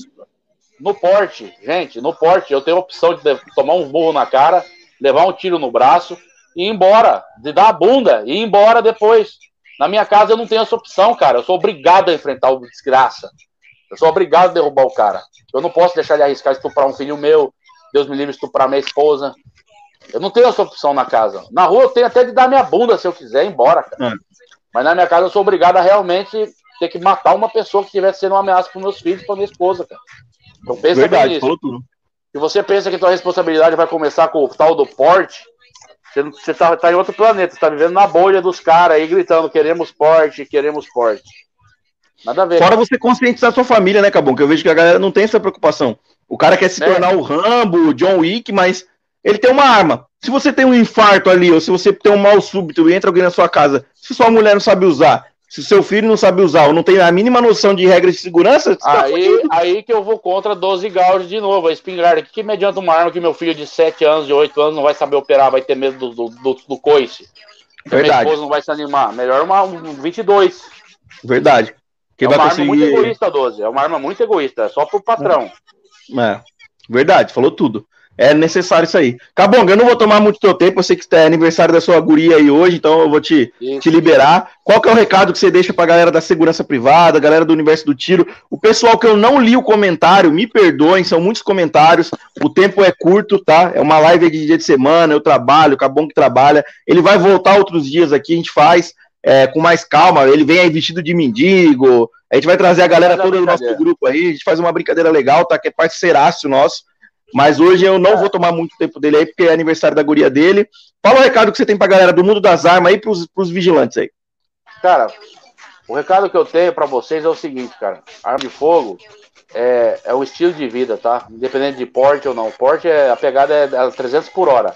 No porte, gente, no porte, eu tenho a opção de tomar um burro na cara, levar um tiro no braço e ir embora. De dar a bunda e ir embora depois. Na minha casa eu não tenho essa opção, cara. Eu sou obrigado a enfrentar o desgraça. Eu sou obrigado a derrubar o cara. Eu não posso deixar ele arriscar estuprar um filho meu. Deus me livre, estuprar minha esposa. Eu não tenho essa opção na casa. Na rua eu tenho até de dar minha bunda se eu quiser ir embora, cara. É. Mas na minha casa eu sou obrigado a realmente ter que matar uma pessoa que estivesse sendo uma ameaça para meus filhos e para minha esposa, cara. Então pensa Verdade, bem nisso. falou tudo. Se você pensa que tua responsabilidade vai começar com o tal do porte, você, você tá, tá em outro planeta. Você tá vivendo na bolha dos caras aí gritando, queremos porte, queremos porte. Nada a ver. Fora você conscientizar a sua família, né, Cabum? Que eu vejo que a galera não tem essa preocupação. O cara quer se é. tornar o Rambo, o John Wick, mas ele tem uma arma. Se você tem um infarto ali, ou se você tem um mal súbito e entra alguém na sua casa, se sua mulher não sabe usar, se seu filho não sabe usar, ou não tem a mínima noção de regras de segurança, você aí, tá aí que eu vou contra doze Gauss de novo, a espingarda. O que, que me adianta uma arma que meu filho de sete anos, de oito anos, não vai saber operar, vai ter medo do, do, do, do coice? Verdade. Minha esposa não vai se animar. Melhor uma um vinte e dois. Verdade. Que é uma arma conseguir... muito egoísta, doze. É uma arma muito egoísta, é só pro patrão. É, verdade, falou tudo. É necessário isso aí. Cabonga, eu não vou tomar muito teu tempo, eu sei que é aniversário da sua guria aí hoje, então eu vou te, te liberar. Qual que é o recado que você deixa pra galera da segurança privada, galera do universo do tiro? O pessoal que eu não li o comentário, me perdoem, são muitos comentários, o tempo é curto, tá? É uma live de dia de semana, eu trabalho, o Cabonga que trabalha, ele vai voltar outros dias aqui, a gente faz é, com mais calma, ele vem aí vestido de mendigo, a gente vai trazer a galera toda do nosso grupo aí, a gente faz uma brincadeira legal, tá? Que é parceiraço nosso. Mas hoje eu não vou tomar muito tempo dele aí, porque é aniversário da guria dele. Fala o recado que você tem pra galera do mundo das armas aí, pros, pros vigilantes aí. Cara, o recado que eu tenho pra vocês é o seguinte, cara. Arma de fogo é, é o estilo de vida, tá? Independente de porte ou não. Porte, é, a pegada é, é trezentos por hora.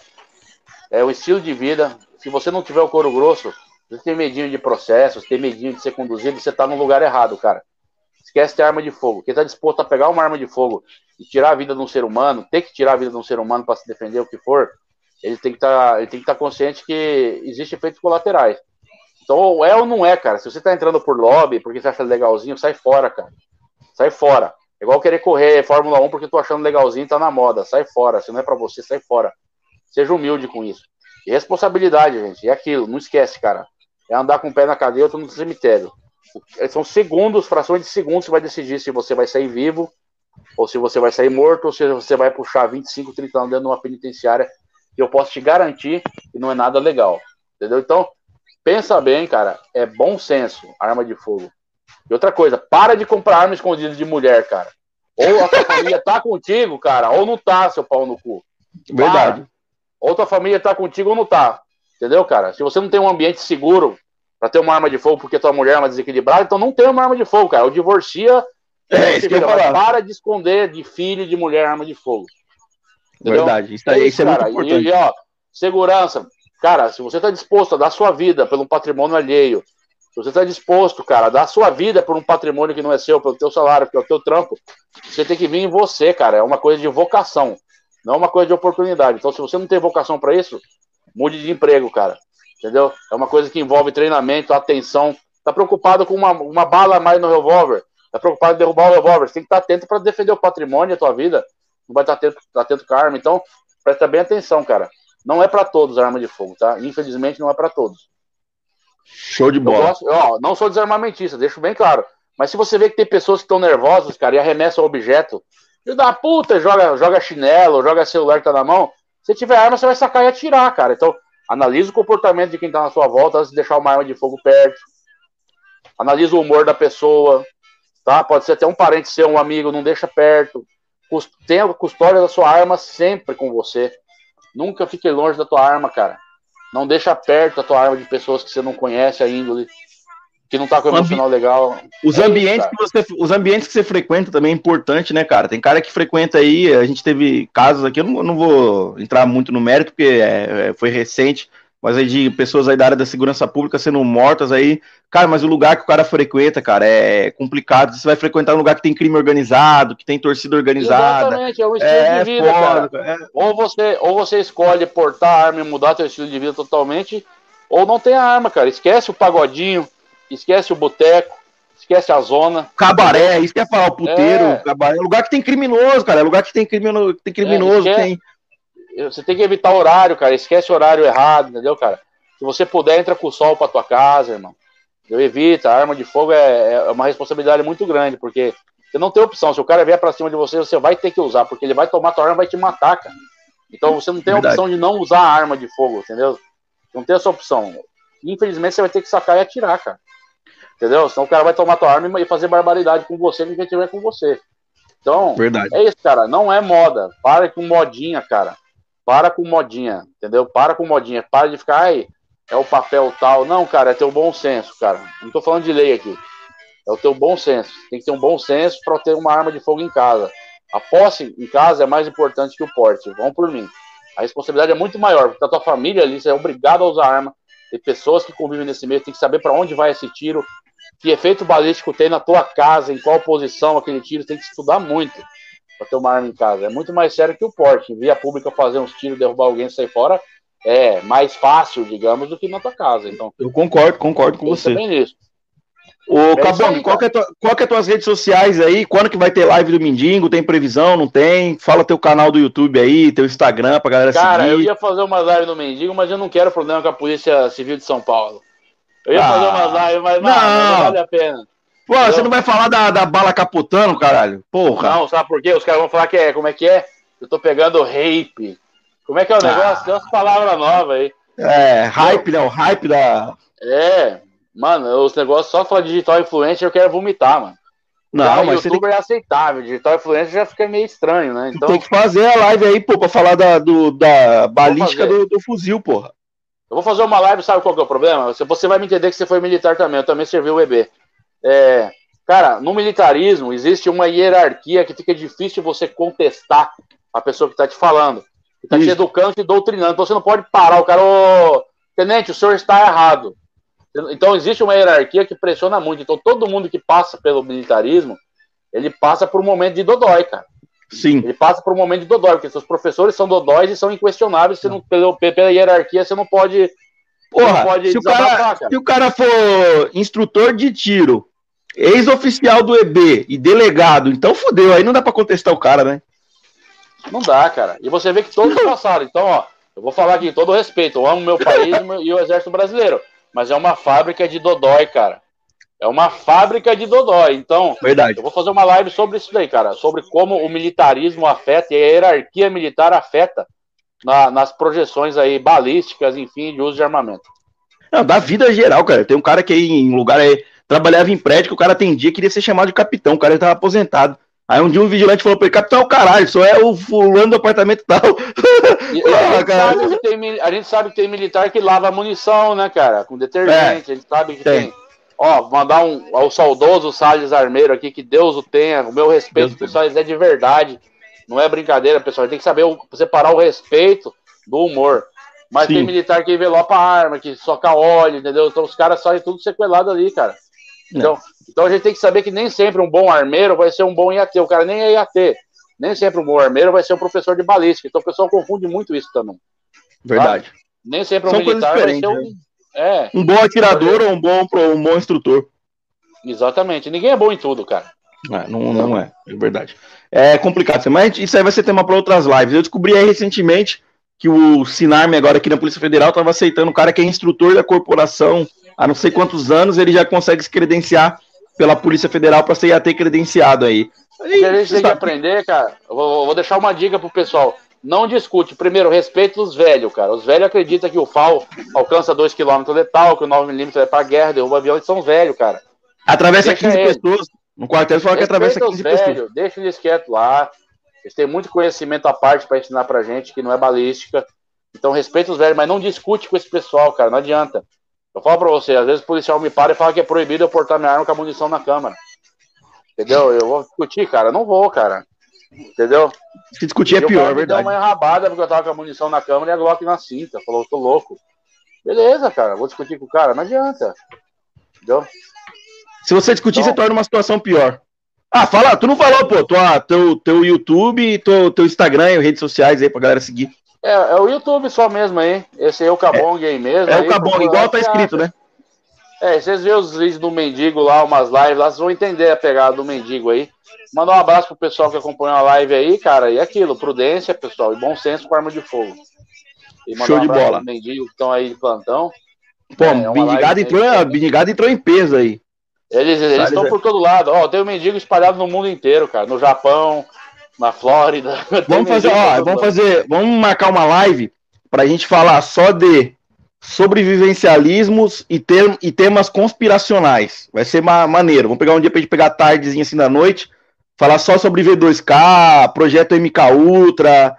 É o estilo de vida. Se você não tiver o couro grosso, você tem medinho de processos, tem medinho de ser conduzido, você tá no lugar errado, cara. Esquece de arma de fogo. Quem está disposto a pegar uma arma de fogo e tirar a vida de um ser humano, ter que tirar a vida de um ser humano para se defender o que for, ele tem que tá, estar tá consciente que existem efeitos colaterais. Então, ou é ou não é, cara. Se você está entrando por lobby, porque você acha legalzinho, sai fora, cara. Sai fora. É igual querer correr Fórmula um porque tô achando legalzinho e tá na moda. Sai fora. Se não é para você, sai fora. Seja humilde com isso. E responsabilidade, gente. É aquilo. Não esquece, cara. É andar com o pé na cadeia, outro no cemitério. São segundos, frações de segundos que vai decidir se você vai sair vivo, ou se você vai sair morto, ou se você vai puxar vinte e cinco, trinta anos dentro de uma penitenciária, que eu posso te garantir que não é nada legal. Entendeu? Então, pensa bem, cara, é bom senso, arma de fogo. E outra coisa, para de comprar arma escondida de mulher, cara. Ou a tua família tá contigo, cara, ou não tá, seu pau no cu. Verdade. Para. Ou tua família tá contigo ou não tá. Entendeu, cara? Se você não tem um ambiente seguro pra ter uma arma de fogo porque tua mulher é uma desequilibrada, então não tem uma arma de fogo, cara. Ou divorcia, é, isso que eu falar. Para de esconder de filho de mulher arma de fogo. Entendeu? Verdade, isso, aí, é isso, isso é muito importante. E, e, ó, segurança. Cara, se você tá disposto a dar sua vida pelo patrimônio alheio, se você tá disposto, cara, a dar sua vida por um patrimônio que não é seu, pelo teu salário, pelo teu trampo, você tem que vir em você, cara. É uma coisa de vocação, não é uma coisa de oportunidade. Então, se você não tem vocação pra isso, mude de emprego, cara. Entendeu? É uma coisa que envolve treinamento, atenção. Tá preocupado com uma, uma bala a mais no revólver. Tá preocupado em derrubar o revólver. Você tem que estar atento para defender o patrimônio, a tua vida. Não vai estar atento, atento com a arma. Então, presta bem atenção, cara. Não é para todos a arma de fogo, tá? Infelizmente, não é para todos. Show de bola. Eu gosto, ó, não sou desarmamentista, deixo bem claro. Mas se você vê que tem pessoas que estão nervosas, cara, e arremessam o objeto, filho da puta, joga, joga chinelo, joga celular que tá na mão. Se tiver arma, você vai sacar e atirar, cara. Então, analisa o comportamento de quem tá na sua volta antes de deixar uma arma de fogo perto. Analisa o humor da pessoa, tá? Pode ser até um parente seu, um amigo, não deixa perto. Tenha a custódia da sua arma sempre com você. Nunca fique longe da tua arma, cara. Não deixa perto da tua arma de pessoas que você não conhece a índole, que não tá com o emocional legal. Os, é ambientes isso, que você, os ambientes que você frequenta também é importante, né, cara? Tem cara que frequenta aí, a gente teve casos aqui, eu não, eu não vou entrar muito no mérito, porque é, foi recente, mas aí de pessoas aí da área da segurança pública sendo mortas aí. Cara, mas o lugar que o cara frequenta, cara, é complicado. Você vai frequentar um lugar que tem crime organizado, que tem torcida organizada. Exatamente, é um estilo é, de vida, foda, cara. É... Ou, você, ou você escolhe portar a arma e mudar seu estilo de vida totalmente, ou não tem a arma, cara. Esquece o pagodinho, esquece o boteco, esquece a zona. Cabaré, isso que é falar, o puteiro, É. cabaré. É lugar que tem criminoso, cara. É lugar que tem, crimino, tem criminoso, É, tem... Você tem que evitar o horário, cara. Esquece o horário errado, entendeu, cara? Se você puder, entra com o sol pra tua casa, irmão. Eu evita. A arma de fogo é, é uma responsabilidade muito grande, porque você não tem opção. Se o cara vier pra cima de você, você vai ter que usar, porque ele vai tomar tua arma e vai te matar, cara. Então você não tem a Verdade. opção de não usar a arma de fogo, entendeu? Não tem essa opção. Infelizmente, você vai ter que sacar e atirar, cara. Entendeu? Senão o cara vai tomar tua arma e fazer barbaridade com você com quem tiver com você. Então, Verdade. é isso, cara. Não é moda. Para com modinha, cara. Para com modinha, entendeu? Para com modinha. Para de ficar, ai, é o papel tal. Não, cara, é ter o bom senso, cara. Não tô falando de lei aqui. é o teu bom senso. Tem que ter um bom senso para ter uma arma de fogo em casa. A posse em casa é mais importante que o porte. Vão por mim. A responsabilidade é muito maior, porque a tua família ali, você é obrigado a usar arma. Tem pessoas que convivem nesse meio, tem que saber para onde vai esse tiro, que efeito balístico tem na tua casa, em qual posição aquele tiro, tem que estudar muito para ter uma arma em casa. É muito mais sério que o porte. Em via pública fazer uns tiros, derrubar alguém e sair fora, é mais fácil, digamos, do que na tua casa. Então, eu concordo, concordo com você. Também nisso. Ô, é Cabong, qual que é tua, qual que é tuas redes sociais aí? Quando que vai ter live do Mendigo? Tem previsão? Não tem? Fala teu canal do YouTube aí, teu Instagram pra galera Cara, seguir. eu ia fazer uma live no Mendigo, mas eu não quero problema com a Polícia Civil de São Paulo. Eu ia ah, fazer uma live, mas não, não, não vale a pena. Pô, eu... você não vai falar da, da bala capotando, caralho? Porra. Não, sabe por quê? Os caras vão falar que é, como é que é? Eu tô pegando rape. Como é que é o negócio? Ah. Tem umas palavras novas aí. É, hype, né? O hype da... É... Mano, os negócios só falar digital influencer eu quero vomitar, mano. Não, já, mas youtuber tem... é aceitável, digital influencer já fica meio estranho, né? Então tem que fazer a live aí, pô, pra falar da, do, da balística do, do fuzil, porra. Eu vou fazer uma live, sabe qual que é o problema? Você vai me entender que você foi militar também, eu também servi o E B. É, cara, no militarismo existe uma hierarquia que fica difícil você contestar a pessoa que tá te falando. Que tá Isso. te educando, te doutrinando. Então você não pode parar o cara, ô, tenente, o senhor está errado. Então existe uma hierarquia que pressiona muito. Então todo mundo que passa pelo militarismo, ele passa por um momento de dodói, cara. Sim. Ele passa por um momento de dodói, porque seus professores são dodóis e são inquestionáveis. Você não, pela, pela hierarquia, você não pode... Porra, não pode se, o cara, cara. se o cara for instrutor de tiro, ex-oficial do E B e delegado, então fodeu. Aí não dá pra contestar o cara, né? Não dá, cara. E você vê que todos passaram. Então, ó, eu vou falar aqui, todo respeito. Eu amo meu país e o Exército Brasileiro. Mas é uma fábrica de dodói, cara. É uma fábrica de dodói. Então, Verdade. eu vou fazer uma live sobre isso daí, cara. Sobre como o militarismo afeta e a hierarquia militar afeta na, nas projeções aí balísticas, enfim, de uso de armamento. Não, da vida geral, cara. Tem um cara que aí em lugar aí, trabalhava em prédio que o cara atendia, queria ser chamado de capitão. O cara estava aposentado. Aí um dia um vigilante falou pra ele, capitão é o caralho, só é o fulano do apartamento tal. E, e a, gente sabe que tem, a gente sabe que tem militar que lava munição, né, cara? Com detergente, é, a gente sabe que tem. tem. Ó, mandar um ao saudoso Salles Armeiro aqui, que Deus o tenha, o meu respeito, pessoal, é de verdade. Não é brincadeira, pessoal. Tem que saber separar o respeito do humor. Mas Sim. tem militar que envelopa arma, que soca óleo, entendeu? Então os caras saem tudo sequelado ali, cara. Então, então a gente tem que saber que nem sempre um bom armeiro vai ser um bom I A T. O cara nem é I A T. Nem sempre um bom armeiro vai ser um professor de balística. Então o pessoal confunde muito isso também. Verdade. Sabe? Nem sempre um São militar vai ser um... Né? É, um bom atirador ou um bom, um bom instrutor. Exatamente. Ninguém é bom em tudo, cara. É, não, não é, é verdade. É complicado, mas isso aí vai ser tema para outras lives. Eu descobri aí recentemente que o Sinarme agora aqui na Polícia Federal estava aceitando um cara que é instrutor da corporação há não sei quantos anos, ele já consegue se credenciar pela Polícia Federal para ser I A T credenciado aí. O que a gente tem que aprender, cara, eu vou, vou deixar uma dica pro pessoal. Não discute. Primeiro, respeito os velhos, cara. Os velhos acreditam que o F A U alcança dois quilômetros letal, que o nove milímetros é pra guerra, derruba avião, eles são velhos, cara. Atravessa deixa quinze ele. pessoas. No quartel fala que atravessa quinze velho, pessoas. Deixa eles quietos lá. Eles têm muito conhecimento à parte para ensinar pra gente, que não é balística. Então respeita os velhos, mas não discute com esse pessoal, cara. Não adianta. Eu falo pra você, às vezes o policial me para e fala que é proibido eu portar minha arma com a munição na câmara. Entendeu? Eu vou discutir, cara. Não vou, cara. Entendeu? Se discutir é pior, é verdade. Deu uma enrabada porque eu tava com a munição na câmara e a Glock na cinta. Falou, eu tô louco. Beleza, cara. Vou discutir com o cara. Não adianta. Entendeu? Se você discutir, então, você torna uma situação pior. Ah, fala, tu não falou, pô, tua, teu, teu YouTube, teu, teu Instagram e redes sociais aí pra galera seguir. É, é o YouTube só mesmo aí. Esse aí é o Cabong é, aí mesmo. É aí, o Cabong, igual tá escrito, né? É, vocês vêem os vídeos do Mendigo lá, umas lives lá, vocês vão entender a pegada do Mendigo aí. Manda um abraço pro pessoal que acompanha a live aí, cara. E aquilo, prudência, pessoal, e bom senso com arma de fogo. E show um de bola. Mendigo que estão aí de plantão. Pô, é, Binigado entrou, entrou em peso aí. Eles estão por todo lado. Ó, tem o Mendigo espalhado no mundo inteiro, cara. No Japão, na Flórida. Vamos fazer, ó, vamos fazer, vamos marcar uma live pra gente falar só de sobrevivencialismos e, ter, e temas conspiracionais. Vai ser ma maneiro. Vamos pegar um dia pra gente pegar tardezinha assim da noite, falar só sobre V dois K, projeto M K Ultra,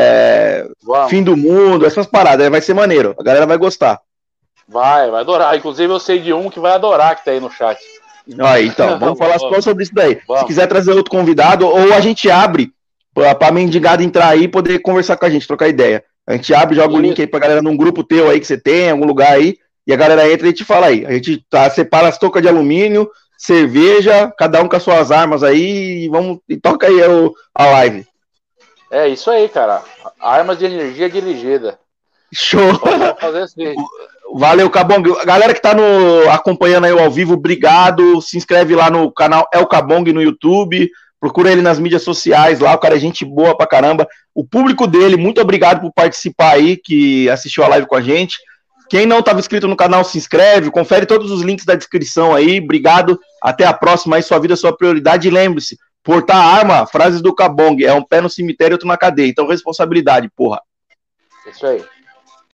é, fim do mundo, essas paradas. Vai ser maneiro. A galera vai gostar. Vai, vai adorar. Inclusive eu sei de um que vai adorar que tá aí no chat. Aí, então, vamos falar só sobre isso daí. Vamos. Se quiser trazer outro convidado, ou a gente abre pra, pra mendigada entrar aí e poder conversar com a gente, trocar ideia. A gente abre, joga o link aí pra galera num grupo teu aí que você tem, em algum lugar aí, e a galera entra e te fala aí. A gente tá, separa as toucas de alumínio, cerveja, cada um com as suas armas aí, e vamos e toca aí o, a live. É isso aí, cara. Armas de energia dirigida. Show! Vamos fazer assim. Valeu, Cabong. A galera que tá no, acompanhando aí ao vivo, obrigado. Se inscreve lá no canal El Cabong no YouTube. Procura ele nas mídias sociais lá. O cara é gente boa pra caramba. O público dele, muito obrigado por participar aí, que assistiu a live com a gente. Quem não estava inscrito no canal, se inscreve. Confere todos os links da descrição aí. Obrigado. Até a próxima aí. Sua vida é sua prioridade. E lembre-se, portar arma, frases do Cabong. É um pé no cemitério e outro na cadeia. Então, responsabilidade, porra. Isso aí.